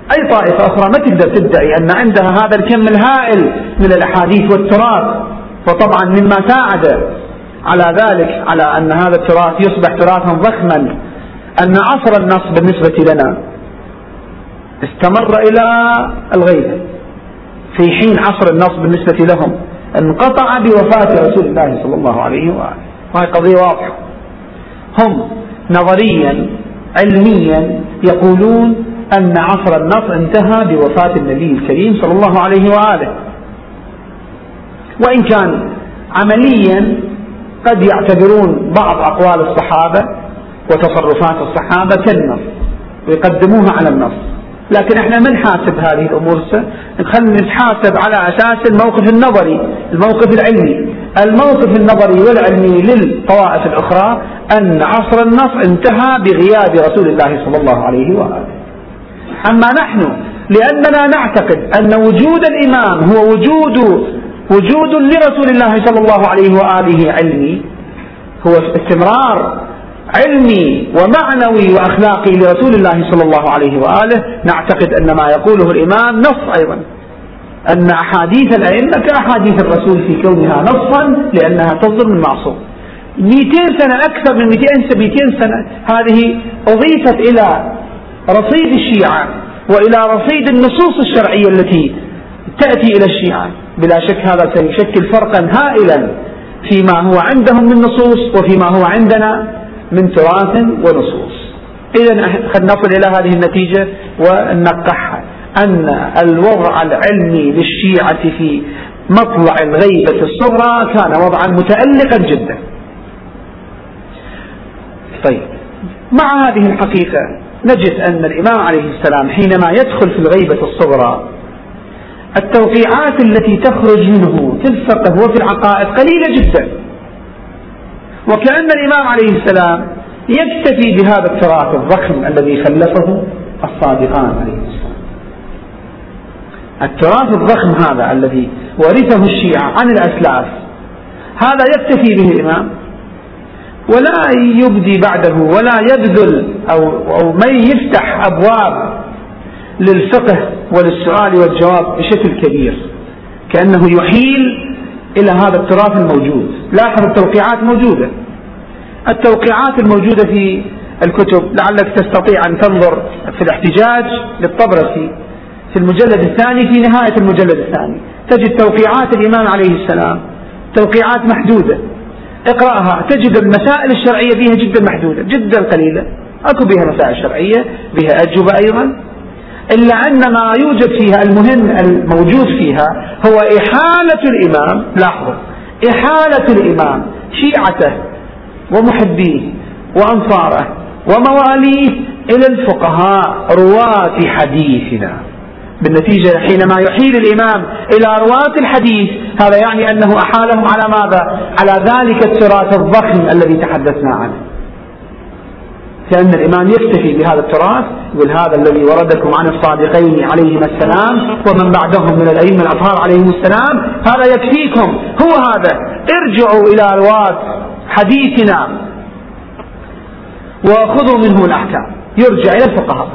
أي طائفة أخرى ما تقدر تدعي أن عندها هذا الكم الهائل من الأحاديث والتراث. وطبعا مما ساعد على ذلك، على أن هذا التراث يصبح تراثا ضخما، أن عصر النص بالنسبة لنا استمر إلى الغيب، في حين عصر النص بالنسبة لهم انقطع بوفاة رسول الله صلى الله عليه وآله. وهي قضية واضحة. هم نظريا علميا يقولون أن عصر النص انتهى بوفاة النبي الكريم صلى الله عليه وآله، وإن كان عمليا قد يعتبرون بعض أقوال الصحابة وتصرفات الصحابة كالنص ويقدموها على النص. لكن احنا ما نحاسب هذه الأمور، نخلي نتحاسب على أساس الموقف النظري، الموقف العلمي. الموقف النظري والعلمي للطوائف الأخرى أن عصر النص انتهى بغياب رسول الله صلى الله عليه وآله. أما نحن لأننا نعتقد أن وجود الإمام هو وجود لرسول الله صلى الله عليه وآله علمي، هو استمرار علمي ومعنوي وأخلاقي لرسول الله صلى الله عليه وآله، نعتقد أن ما يقوله الإمام نص أيضا، أن أحاديث الأئمة كأحاديث الرسول في كونها نصا لأنها تصدر من معصوم. 200 سنة، أكثر من 200 سنة، هذه أضيفت إلى رصيد الشيعة وإلى رصيد النصوص الشرعية التي تأتي إلى الشيعة. بلا شك هذا سيشكل فرقا هائلا فيما هو عندهم من نصوص وفيما هو عندنا من تراث ونصوص. إذن قد نصل إلى هذه النتيجة ونقحها، أن الوضع العلمي للشيعة في مطلع الغيبة الصغرى كان وضعا متألقا جدا. طيب، مع هذه الحقيقة نجد أن الإمام عليه السلام حينما يدخل في الغيبة الصغرى التوقيعات التي تخرج منه في الفقه وفي العقائد قليلة جدا، وكأن الإمام عليه السلام يكتفي بهذا التراث الضخم الذي خلفه الصادقان عليه السلام. التراث الضخم هذا الذي ورثه الشيعة عن الأسلاف، هذا يكتفي به الإمام ولا يبدي بعده ولا يبذل أو ما يفتح أبواب للفقه وللسؤال والجواب بشكل كبير، كأنه يحيل إلى هذا التراث الموجود. لاحظ التوقيعات موجودة، التوقيعات الموجودة في الكتب، لعلك تستطيع أن تنظر في الاحتجاج للطبرسي في المجلد الثاني، في نهاية المجلد الثاني تجد توقيعات الإمام عليه السلام، توقيعات محدودة، اقرأها تجد المسائل الشرعية بها جدا محدودة، جدا قليلة، أكو بها مسائل شرعية، بها أجوبة أيضا، إلا أن ما يوجد فيها المهم الموجود فيها هو إحالة الإمام. لاحظوا، إحالة الإمام شيعته ومحبيه وأنصاره ومواليه إلى الفقهاء رواة حديثنا. بالنتيجة حينما يحيل الإمام إلى رواة الحديث، هذا يعني أنه أحالهم على ماذا؟ على ذلك التراث الضخم الذي تحدثنا عنه. كأن الإمام يكتفي بهذا التراث، يقول هذا الذي وردكم عن الصادقين عليهما السلام ومن بعدهم من الأئمة الأطهار عليهم السلام، هذا يكفيكم، هو هذا، ارجعوا إلى رواة حديثنا وخذوا منه الأحكام، يرجع إلى الفقهاء.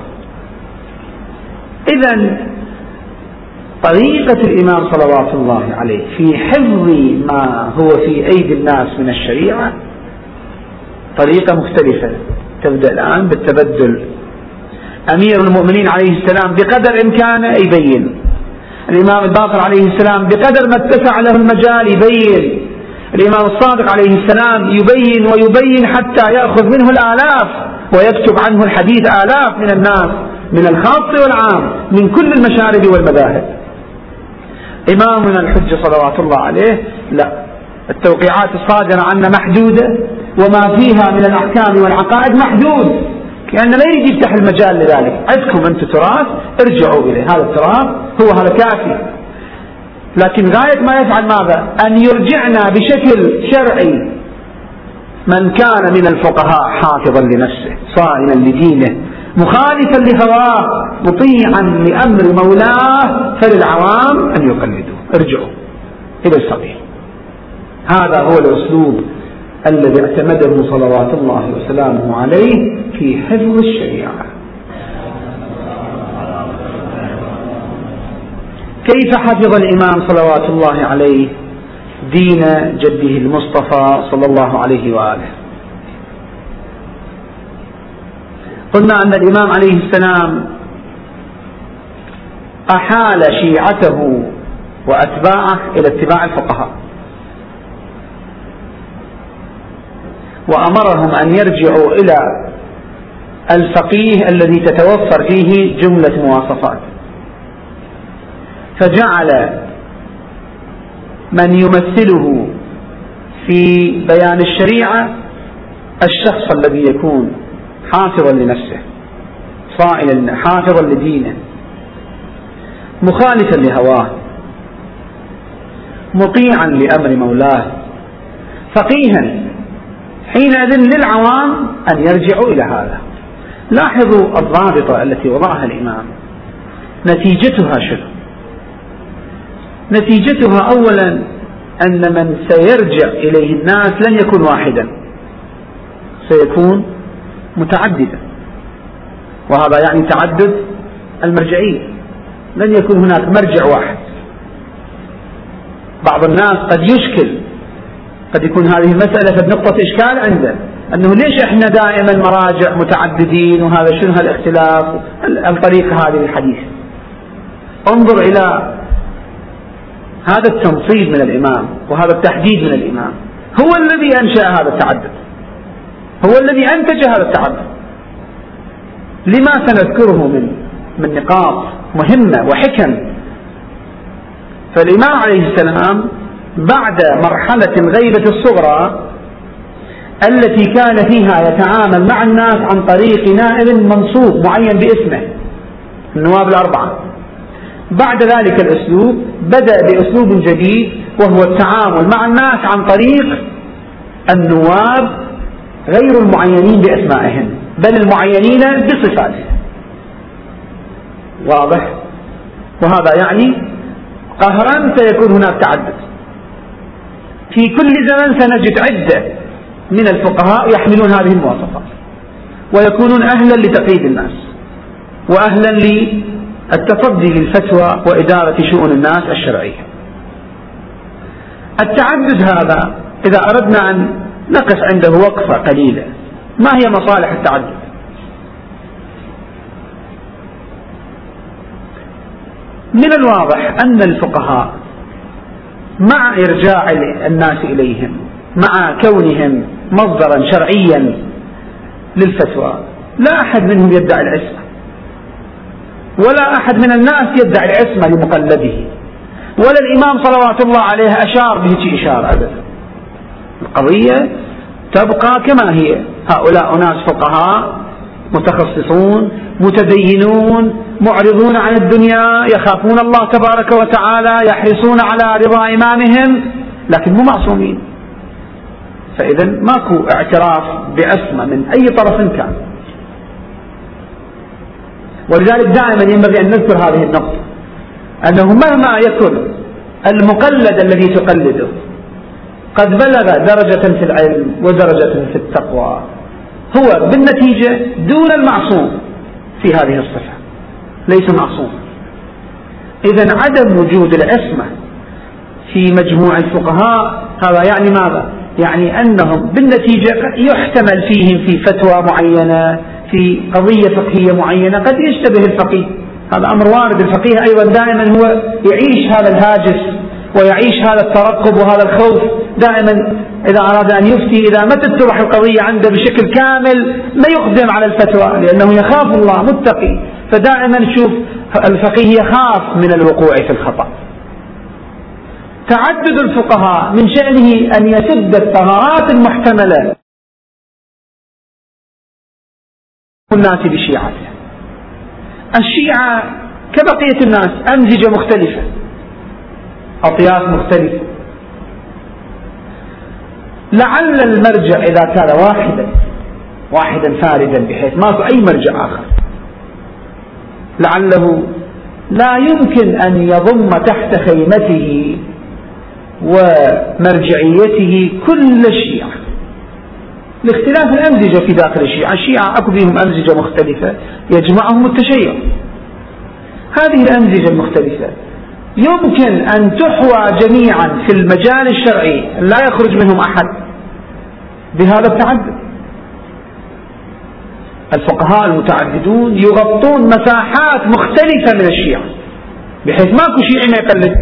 إذن طريقة الإمام صلوات الله عليه في حفظ ما هو في أيدي الناس من الشريعة طريقة مختلفة. تبدأ الآن بالتبدل. أمير المؤمنين عليه السلام بقدر إمكانه يبين، الإمام الباقر عليه السلام بقدر ما اتسع له المجال يبين، الإمام الصادق عليه السلام يبين ويبين حتى يأخذ منه الآلاف ويكتب عنه الحديث آلاف من الناس، من الخاص والعام، من كل المشارب والمذاهب. إمامنا الحجة صلوات الله عليه لا، التوقيعات الصادرة عنا محدودة، وما فيها من الأحكام والعقائد محدود، لأن لا يريد يفتح المجال لذلك. عندكم أنتم تراث، ارجعوا إليه، هذا التراث هو هذا كافي. لكن غاية ما يفعل ماذا؟ أن يرجعنا بشكل شرعي من كان من الفقهاء حافظا لنفسه صائما لدينه مخالفا لهواه مطيعا لأمر مولاه، فللعوام أن يقلدوه. ارجعوا إلى الصحيح. هذا هو الأسلوب الذي اعتمده صلوات الله وسلامه عليه في حفظ الشريعة. كيف حفظ الإمام صلوات الله عليه دين جده المصطفى صلى الله عليه وآله؟ قلنا أن الإمام عليه السلام أحال شيعته وأتباعه إلى اتباع الفقهاء، وأمرهم أن يرجعوا إلى الفقيه الذي تتوفر فيه جملة مواصفات، فجعل من يمثله في بيان الشريعة الشخص الذي يكون حافظا لنفسه، صائلا حافظا لدينه، مخالفا لهواه، مطيعا لأمر مولاه، فقيها. حينئذ للعوام أن يرجعوا إلى هذا. لاحظوا الضابطة التي وضعها الإمام، نتيجتها شنو؟ نتيجتها أولا أن من سيرجع إليه الناس لن يكون واحدا، سيكون متعددا، وهذا يعني تعدد المرجعية، لن يكون هناك مرجع واحد. بعض الناس قد يشكل، قد يكون هذه المسألة في نقطة إشكال عنده، أنه ليش إحنا دائما مراجع متعددين، وهذا شنو هالاختلاف الطريقة هذه الحديث. انظر إلى هذا التنصيب من الإمام وهذا التحديد من الإمام، هو الذي أنشأ هذا التعدد، هو الذي أنتج هذا التعدد. لما سنذكره من نقاط مهمة وحكم. فالإمام عليه السلام بعد مرحلة الغيبة الصغرى التي كان فيها يتعامل مع الناس عن طريق نائب منصوب معين باسمه، النواب الأربعة، بعد ذلك الأسلوب بدأ بأسلوب جديد، وهو التعامل مع الناس عن طريق النواب غير المعينين بأسمائهم، بل المعينين بصفاتهم. واضح؟ وهذا يعني قهرا سيكون هناك تعدد. في كل زمن سنجد عدة من الفقهاء يحملون هذه المواصفات، ويكونون أهلا لتقييد الناس، وأهلا للتصدي للفتوى وإدارة شؤون الناس الشرعية. التعدد هذا إذا أردنا أن نقف عنده وقفة قليلة، ما هي مصالح التعدد؟ من الواضح أن الفقهاء مع إرجاع الناس إليهم، مع كونهم مصدرا شرعيا للفتوى، لا أحد منهم يدعي العصمة، ولا أحد من الناس يدعي العصمة لمقلده، ولا الإمام صلوات الله عليه أشار به إشارة أبدا. القضية تبقى كما هي. هؤلاء ناس فقهاء متخصصون متدينون معرضون عن الدنيا، يخافون الله تبارك وتعالى، يحرصون على رضا إمامهم، لكن مو معصومين. فإذا ماكو اعتراف بعصمة من أي طرف كان. ولذلك دائما ينبغي أن نذكر هذه النقطة، أنه مهما يكن المقلد الذي تقلده قد بلغ درجة في العلم ودرجة في التقوى، هو بالنتيجة دون المعصوم في هذه الصفة، ليس معصوم. إذن عدم وجود العصمة في مجموع الفقهاء هذا يعني ماذا؟ يعني أنهم بالنتيجة يحتمل فيهم في فتوى معينة، في قضية فقهية معينة قد يشتبه الفقيه، هذا أمر وارد. الفقيه أيضا دائما هو يعيش هذا الهاجس ويعيش هذا الترقب وهذا الخوف دائما. إذا أراد أن يفتي، إذا ما تتضح القضية عنده بشكل كامل ما يقدم على الفتوى، لأنه يخاف الله، متقي. فدائما نشوف الفقيه يخاف من الوقوع في الخطأ. تعدد الفقهاء من شأنه أن يسد الثغرات المحتملة الناس بشيعته. الشيعة كبقية الناس أمزجة مختلفة، أطياف مختلفة. لعل المرجع إذا كان واحدا فاردا بحيث ماكو أي مرجع آخر، لعله لا يمكن أن يضم تحت خيمته ومرجعيته كل الشيعة، لاختلاف الأمزجة في داخل الشيعة. الشيعة أكو بهم أمزجة مختلفة يجمعهم التشيع. هذه الأمزجة المختلفة يمكن أن تحوى جميعا في المجال الشرعي لا يخرج منهم أحد بهذا التعدد. الفقهاء المتعددون يغطون مساحات مختلفة من الشيعة، بحيث ماكو شيعي ما يقلد.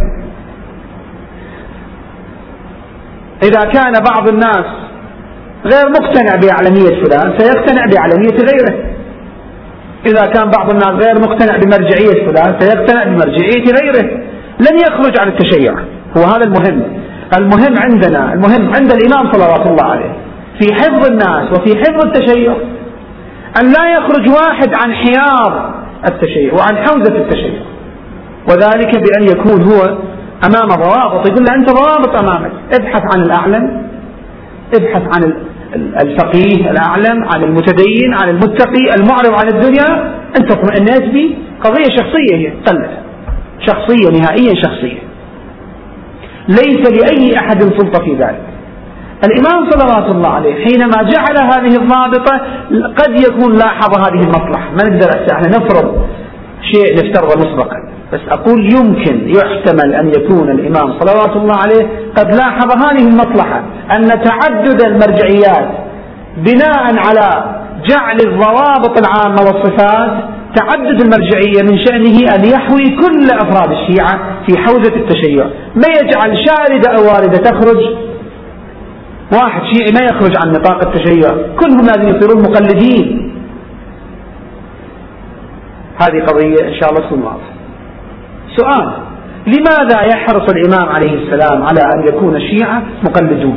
إذا كان بعض الناس غير مقتنع بعلمية فلان سيقتنع بعلمية غيره، إذا كان بعض الناس غير مقتنع بمرجعية فلان سيقتنع بمرجعية غيره، لن يخرج عن التشيع. هو هذا المهم. المهم عندنا، المهم عند الإمام صلوات الله عليه في حفظ الناس وفي حفظ التشيع أن لا يخرج واحد عن حيار التشيع وعن حوزة التشيع، وذلك بأن يكون هو أمام ضوابط، يقول له أنت ضوابط أمامك، ابحث عن الأعلم، ابحث عن الفقيه الأعلم، عن المتدين، عن المتقي المعرض عن الدنيا، أنت اطمئنيت به. قضية شخصية، هي قلة شخصية نهائيا شخصية، ليس لأي أحد سلطة في ذلك. الإمام صلوات الله عليه حينما جعل هذه الضابطة قد يكون لاحظ هذه المصلحة، ما نقدر احنا نفرض شيء نفترضه مسبقا، بس أقول يمكن يحتمل أن يكون الإمام صلوات الله عليه قد لاحظ هذه المصلحة، أن تعدد المرجعيات بناء على جعل الضوابط العامة والصفات، تعدد المرجعية من شأنه أن يحوي كل أفراد الشيعة في حوزة التشيع، ما يجعل شاردة أو واردة تخرج واحد شيعي ما يخرج عن نطاق التشيع، كلهم لازم يصيرون مقلدين. هذه قضية إن شاء الله تكون واضحة. سؤال: لماذا يحرص الإمام عليه السلام على أن يكون الشيعة مقلدون؟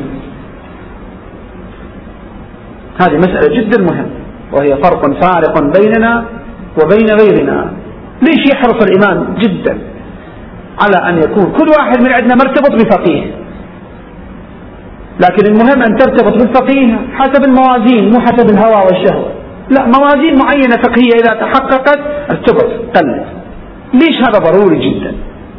هذه مسألة جدا مهمة، وهي فارق بيننا وبين غيرنا. ليش يحرص الإمام جدا على أن يكون كل واحد من عندنا مرتبط بفقيه، لكن المهم أن ترتبط بالفقيه حسب الموازين مو حسب الهوى والشهوة، لا، موازين معينة فقهية إذا تحققت ارتبط قلد. ليش هذا ضروري جدا؟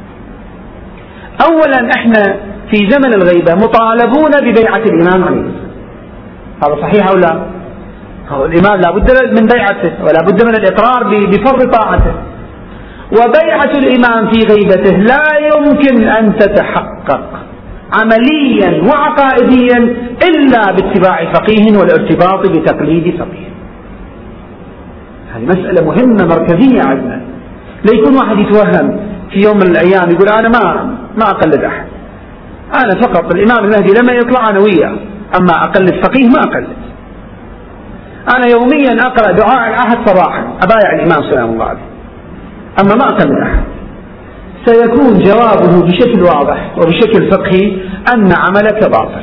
أولا احنا في زمن الغيبة مطالبون ببيعة الإمام عليه السلام، هذا صحيح أو لا؟ هو الإمام لا بد من بيعته ولا بد من الإقرار بفرض طاعته، وبيعة الإمام في غيبته لا يمكن أن تتحقق عمليا وعقائديا إلا باتباع فقيه والارتباط بتقليد فقيه. هذه مسألة مهمة مركزية عندنا. لا يكون واحد يتوهم في يوم من الأيام يقول أنا ما أقلد أحد، أنا فقط الإمام المهدي لما يطلع أنا وياه، أما أقلد فقيه ما أقلد. أنا يوميا أقرأ دعاء العهد صباحا أبايع الإمام سلام الله عليه، أما ما أقلد أحد. سيكون جوابه بشكل واضح وبشكل فقهي أن عملك باطل.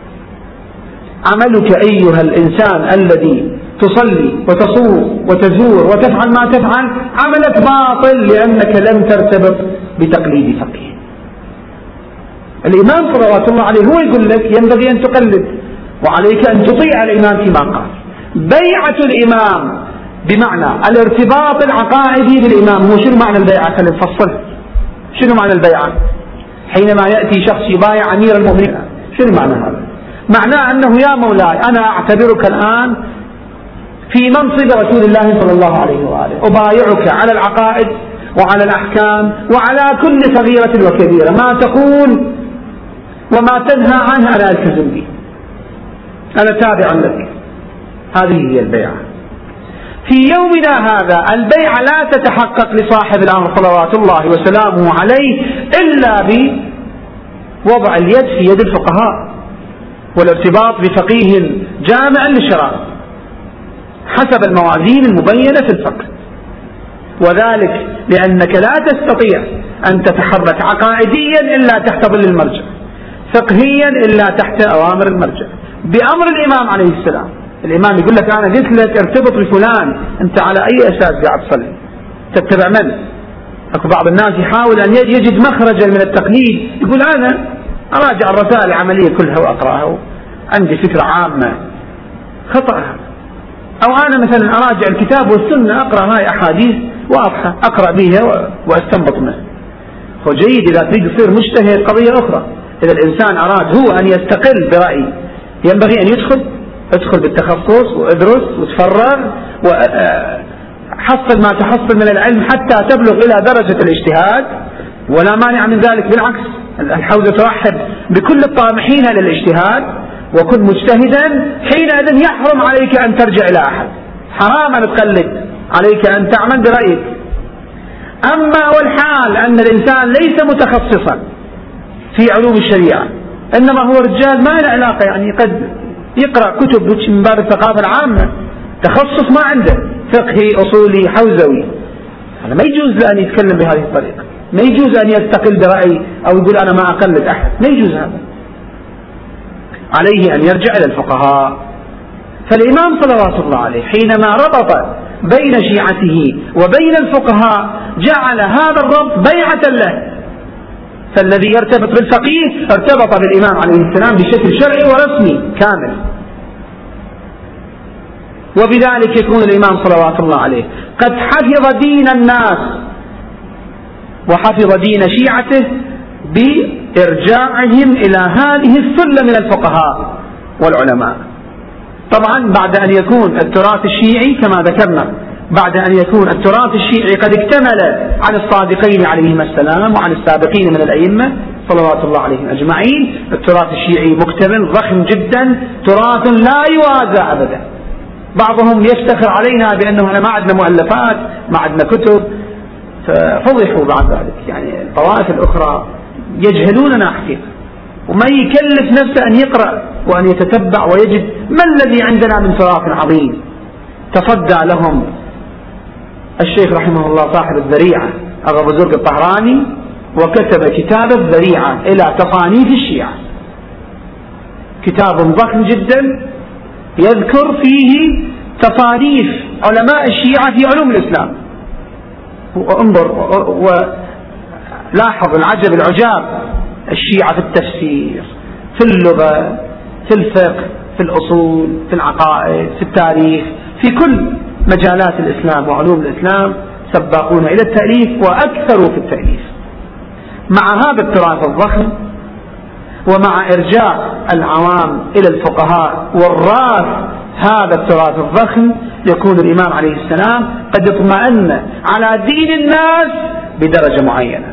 عملك أيها الإنسان الذي تصلي وتصوم وتزور وتفعل ما تفعل، عملك باطل لأنك لم ترتبط بتقليد فقيه. الإمام صلوات الله عليه هو يقول لك ينبغي أن تقلد وعليك أن تطيع الإمام فيما قال. بيعة الإمام بمعنى الارتباط العقائدي بالإمام. هو شنو معنى البيعة؟ خلينا نفصلها. شنو معنى البيعة؟ حينما يأتي شخص يبايع أمير المؤمنين، شنو معنى هذا؟ معناه أنه يا مولاي أنا أعتبرك الآن في منصب رسول الله صلى الله عليه وآله، أبايعك على العقائد وعلى الأحكام وعلى كل صغيرة وكبيرة، ما تقول وما تنهى عنه أنا ألتزم به، أنا تابع لك. هذه هي البيعة. في يومنا هذا البيعة لا تتحقق لصاحب الأمر صلوات الله وسلامه عليه إلا بوضع اليد في يد الفقهاء والارتباط بفقيه جامع للشرائع حسب الموازين المبينة في الفقه، وذلك لأنك لا تستطيع أن تتحرك عقائديا إلا تحت ظل المرجع، فقهيا إلا تحت أوامر المرجع بأمر الإمام عليه السلام. الإمام يقول لك أنا قلت لك ارتبط بفلان، أنت على أي أساس قاعد تصلي؟ تتبع من؟ أكو بعض الناس يحاول أن يجد مخرجا من التقليد، يقول أنا أراجع الرسائل العملية كلها وأقرأها وعندي فكرة عامة. خطأ. أو أنا مثلا أراجع الكتاب والسنة، أقرأ هاي أحاديث واضحة أقرأ بها وأستنبط منها. هو جيد إذا تريد تصير مجتهد قضية أخرى. إذا الإنسان أراد هو أن يستقل برأي ينبغي أن ادخل بالتخصص وادرس وتفرغ وحصل ما تحصل من العلم حتى تبلغ إلى درجة الاجتهاد، ولا مانع من ذلك، بالعكس الحوزة ترحب بكل الطامحين للاجتهاد، وكن مجتهدا، حينئذ يحرم عليك أن ترجع إلى أحد، حرام أن تقلد، عليك أن تعمل برأيك. أما والحال أن الإنسان ليس متخصصا في علوم الشريعة، إنما هو رجال ما له علاقة، يعني قد يقرأ كتب من باب الثقافة العامة، تخصص ما عنده، فقهي أصولي حوزوي، هذا ما يجوز له أن يتكلم بهذه الطريقة، ما يجوز أن يستقل برأي أو يقول أنا ما أقلد أحد، ما يجوز هذا، عليه أن يرجع إلى الفقهاء. فالإمام صلوات الله عليه حينما ربط بين شيعته وبين الفقهاء جعل هذا الربط بيعة له، فالذي يرتبط بالفقيه ارتبط بالإمام عليه السلام بشكل شرعي ورسمي كامل، وبذلك يكون الإمام صلوات الله عليه قد حفظ دين الناس وحفظ دين شيعته بإرجاعهم إلى هذه السلة من الفقهاء والعلماء. طبعا بعد أن يكون التراث الشيعي كما ذكرنا، بعد أن يكون التراث الشيعي قد اكتمل عن الصادقين عليهم السلام وعن السابقين من الأئمة صلوات الله عليهم أجمعين، التراث الشيعي مكتمل ضخم جدا، تراث لا يوازى أبدا. بعضهم يفتخر علينا بأنه ما عندنا مؤلفات، ما عندنا كتب، ففضحوا بعد ذلك، يعني الطوائف الأخرى يجهلوننا حقيقة، وما يكلف نفسه أن يقرأ وأن يتتبع ويجد ما الذي عندنا من تراث عظيم. تصدى لهم الشيخ رحمه الله صاحب الذريعة أبو بزرق الطهراني، وكتب كتاب الذريعة إلى تصانيف الشيعة، كتاب ضخم جدا يذكر فيه تصانيف علماء الشيعة في علوم الإسلام. وانظر ولاحظ العجب العجاب، الشيعة في التفسير، في اللغة، في الفقه، في الأصول، في العقائد، في التاريخ، في كل مجالات الإسلام وعلوم الإسلام سباقون إلى التأليف وأكثروا في التأليف. مع هذا التراث الضخم ومع إرجاع العوام إلى الفقهاء والراث هذا التراث الضخم، يكون الإمام عليه السلام قد اطمأن على دين الناس بدرجة معينة.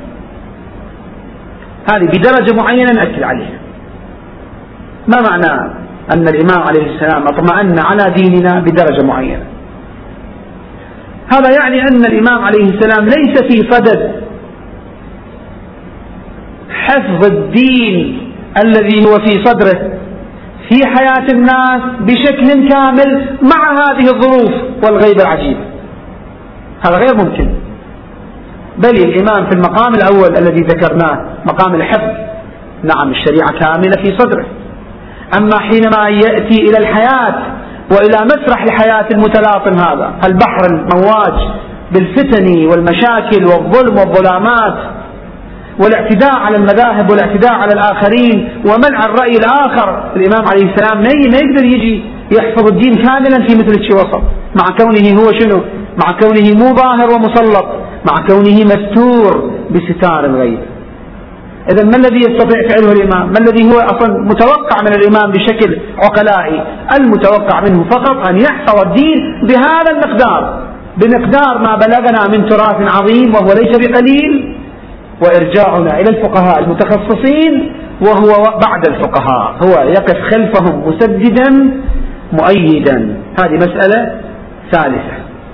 هذه بدرجة معينة نأكد عليها. ما معنى أن الإمام عليه السلام اطمأن على ديننا بدرجة معينة؟ هذا يعني أن الإمام عليه السلام ليس في صدد حفظ الدين الذي هو في صدره في حياة الناس بشكل كامل مع هذه الظروف والغيبة العجيبة، هذا غير ممكن. بل الإمام في المقام الأول الذي ذكرناه مقام الحفظ، نعم الشريعة كاملة في صدره، أما حينما يأتي إلى الحياة وإلى مسرح الحياة المتلاطم، هذا البحر المواج بالفتن والمشاكل والظلم والظلامات والاعتداء على المذاهب والاعتداء على الآخرين ومنع الرأي الآخر، الإمام عليه السلام ما يقدر يجي يحفظ الدين كاملا في مثل الشيء وسط، مع كونه هو شنو؟ مع كونه مو ظاهر ومسلط، مع كونه مستور بستار الغيب. إذا ما الذي يستطيع فعله الإمام؟ ما الذي هو أصلا متوقع من الإمام بشكل عقلائي؟ المتوقع منه فقط أن يحفظ الدين بهذا المقدار، بمقدار ما بلغنا من تراث عظيم وهو ليس بقليل، وإرجاعنا إلى الفقهاء المتخصصين وهو بعد الفقهاء، هو يقف خلفهم مسددا مؤيدا. هذه مسألة ثالثة،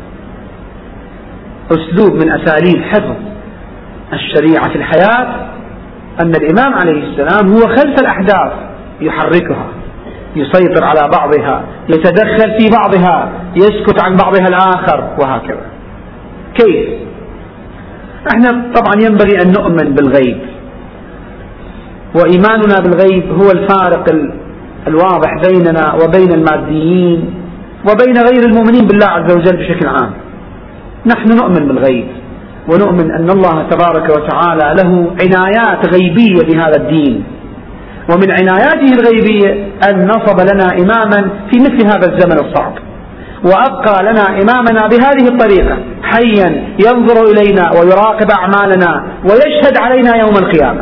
أسلوب من أساليب حفظ الشريعة في الحياة أن الإمام عليه السلام هو خلف الأحداث، يحركها، يسيطر على بعضها، يتدخل في بعضها، يسكت عن بعضها الآخر، وهكذا. كيف؟ احنا طبعا ينبغي أن نؤمن بالغيب، وإيماننا بالغيب هو الفارق الواضح بيننا وبين الماديين وبين غير المؤمنين بالله عز وجل بشكل عام. نحن نؤمن بالغيب، ونؤمن أن الله تبارك وتعالى له عنايات غيبية بهذا الدين، ومن عناياته الغيبية أن نصب لنا إماما في مثل هذا الزمن الصعب، وأبقى لنا إمامنا بهذه الطريقة حيا ينظر إلينا ويراقب أعمالنا ويشهد علينا يوم القيامة.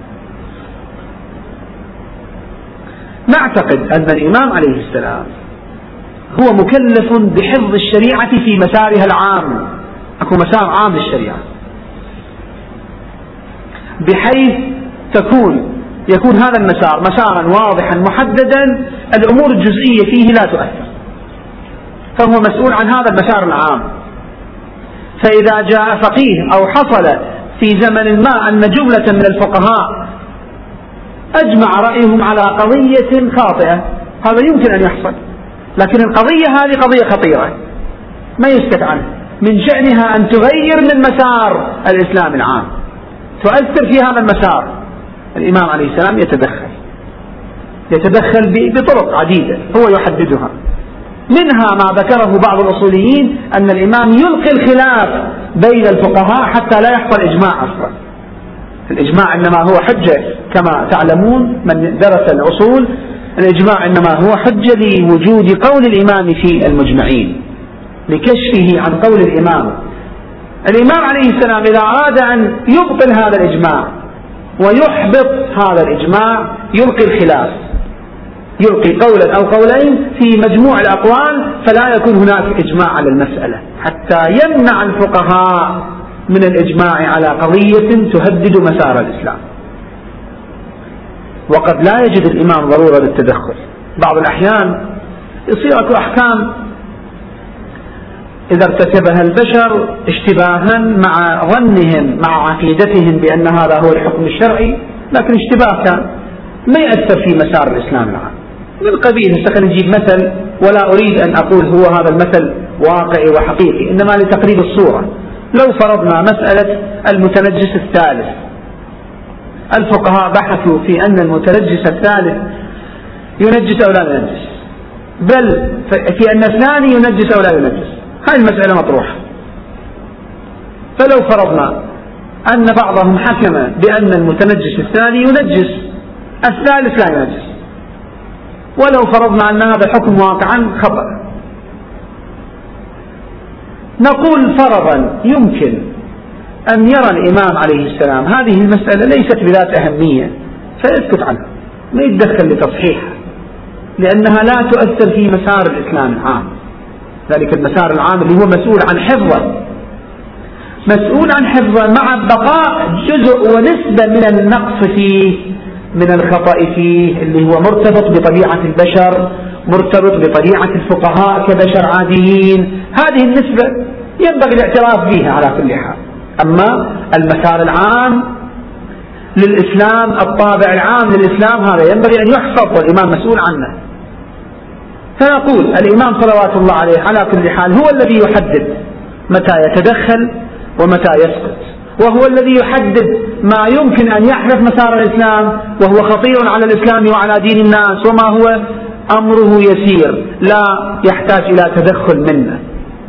نعتقد أن الإمام عليه السلام هو مكلف بحفظ الشريعة في مسارها العام، أكو مسار عام للشريعة، بحيث يكون هذا المسار مسارا واضحا محددا، الأمور الجزئية فيه لا تؤثر، فهو مسؤول عن هذا المسار العام. فإذا جاء فقيه أو حصل في زمن ما أن جملة من الفقهاء أجمع رأيهم على قضية خاطئة، هذا يمكن أن يحصل، لكن القضية هذه قضية خطيرة ما يسكت عنها، من شأنها أن تغير من مسار الإسلام العام، تؤثر في هذا المسار. الإمام عليه السلام يتدخل بطرق عديدة هو يحددها، منها ما ذكره بعض الأصوليين أن الإمام يلقي الخلاف بين الفقهاء حتى لا يحصل إجماع أصلا. الإجماع إنما هو حجة، كما تعلمون من درس الأصول، الإجماع إنما هو حجة لوجود قول الإمام في المجمعين، لكشفه عن قول الإمام. الإمام عليه السلام إذا أراد أن يبطل هذا الإجماع ويحبط هذا الإجماع يلقي الخلاف، يلقي قولا أو قولين في مجموع الأقوال، فلا يكون هناك إجماع على المسألة، حتى يمنع الفقهاء من الإجماع على قضية تهدد مسار الإسلام. وقد لا يجد الإمام ضرورة للتدخل، بعض الأحيان يصير أحكام إذا ارتكبها البشر اشتباها مع ظنهم مع عقيدتهم بأن هذا هو الحكم الشرعي، لكن اشتباه كان ما يأثر في مسار الإسلام العام. من قبيل خلينا نجيب مثل، ولا أريد أن أقول هو هذا المثل واقعي وحقيقي، إنما لتقريب الصورة. لو فرضنا مسألة المتنجس الثالث، الفقهاء بحثوا في أن المتنجس الثالث ينجس أو لا ينجس، بل في أن الثاني ينجس أو لا ينجس، هذه المسألة مطروحة. فلو فرضنا أن بعضهم حكم بأن المتنجس الثاني ينجس، الثالث لا ينجس، ولو فرضنا أن هذا الحكم واقعا خطأ، نقول فرضا يمكن أن يرى الإمام عليه السلام هذه المسألة ليست بذات أهمية فيسكت عنها، ما يتدخل لتصحيحها، لأنها لا تؤثر في مسار الإسلام العام، ذلك المسار العام اللي هو مسؤول عن حفظه مع بقاء جزء ونسبة من النقص فيه، من الخطأ فيه، اللي هو مرتبط بطبيعة البشر، مرتبط بطبيعة الفقهاء كبشر عاديين، هذه النسبة ينبغي الاعتراف بها على كل حال. أما المسار العام للإسلام، الطابع العام للإسلام، هذا ينبغي أن يحفظ والإمام مسؤول عنه. فنقول الإمام صلوات الله عليه على كل حال هو الذي يحدد متى يتدخل ومتى يسقط، وهو الذي يحدد ما يمكن أن يحدث مسار الإسلام وهو خطير على الإسلام وعلى دين الناس، وما هو أمره يسير لا يحتاج إلى تدخل منا.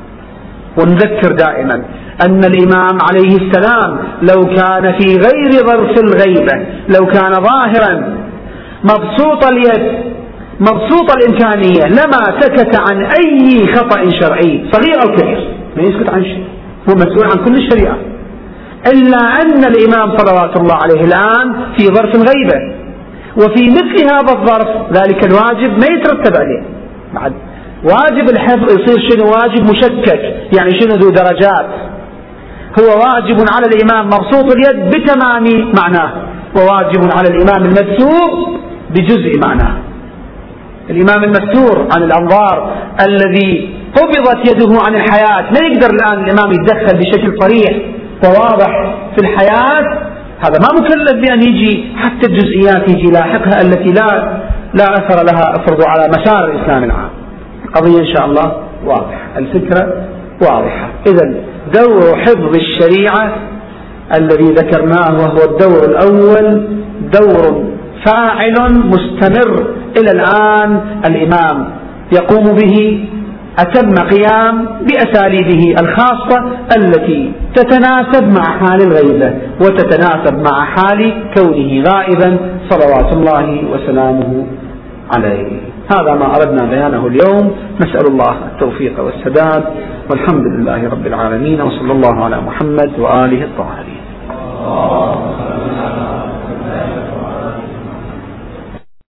ونذكر دائما أن الإمام عليه السلام لو كان في غير ظرف الغيبة، لو كان ظاهرا مبسوط اليد مبسوط الإمكانية، لما سكت عن أي خطأ شرعي صغير أو كبير، ما يسكت عن شيء، هو مسؤول عن كل الشريعة. إلا أن الإمام صلوات الله عليه الآن في ظرف الغيبة، وفي مثل هذا الظرف ذلك الواجب ما يترتب عليه بعد. واجب الحفظ يصير شنو؟ واجب مشكك، يعني شنو؟ ذو درجات. هو واجب على الإمام مبسوط اليد بتمام معناه، وواجب على الإمام المستور بجزء معناه. الإمام المستور عن الأنظار الذي قبضت يده عن الحياة، ما يقدر الآن الإمام يتدخل بشكل صريح وواضح في الحياة، هذا ما مكلف بأن يجي حتى الجزئيات يجي لاحقها التي لا أثر لها أفرض على مسار الإسلام العام. القضية إن شاء الله واضحة، الفكرة واضحة. إذن دور حفظ الشريعة الذي ذكرناه وهو الدور الأول دور فاعل مستمر إلى الآن، الإمام يقوم به أتم قيام بأساليبه الخاصة التي تتناسب مع حال الغيبة وتتناسب مع حال كونه غائبا صلوات الله وسلامه عليه. هذا ما أردنا بيانه اليوم، نسأل الله التوفيق والسداد، والحمد لله رب العالمين، وصلى الله على محمد وآله الطاهرين.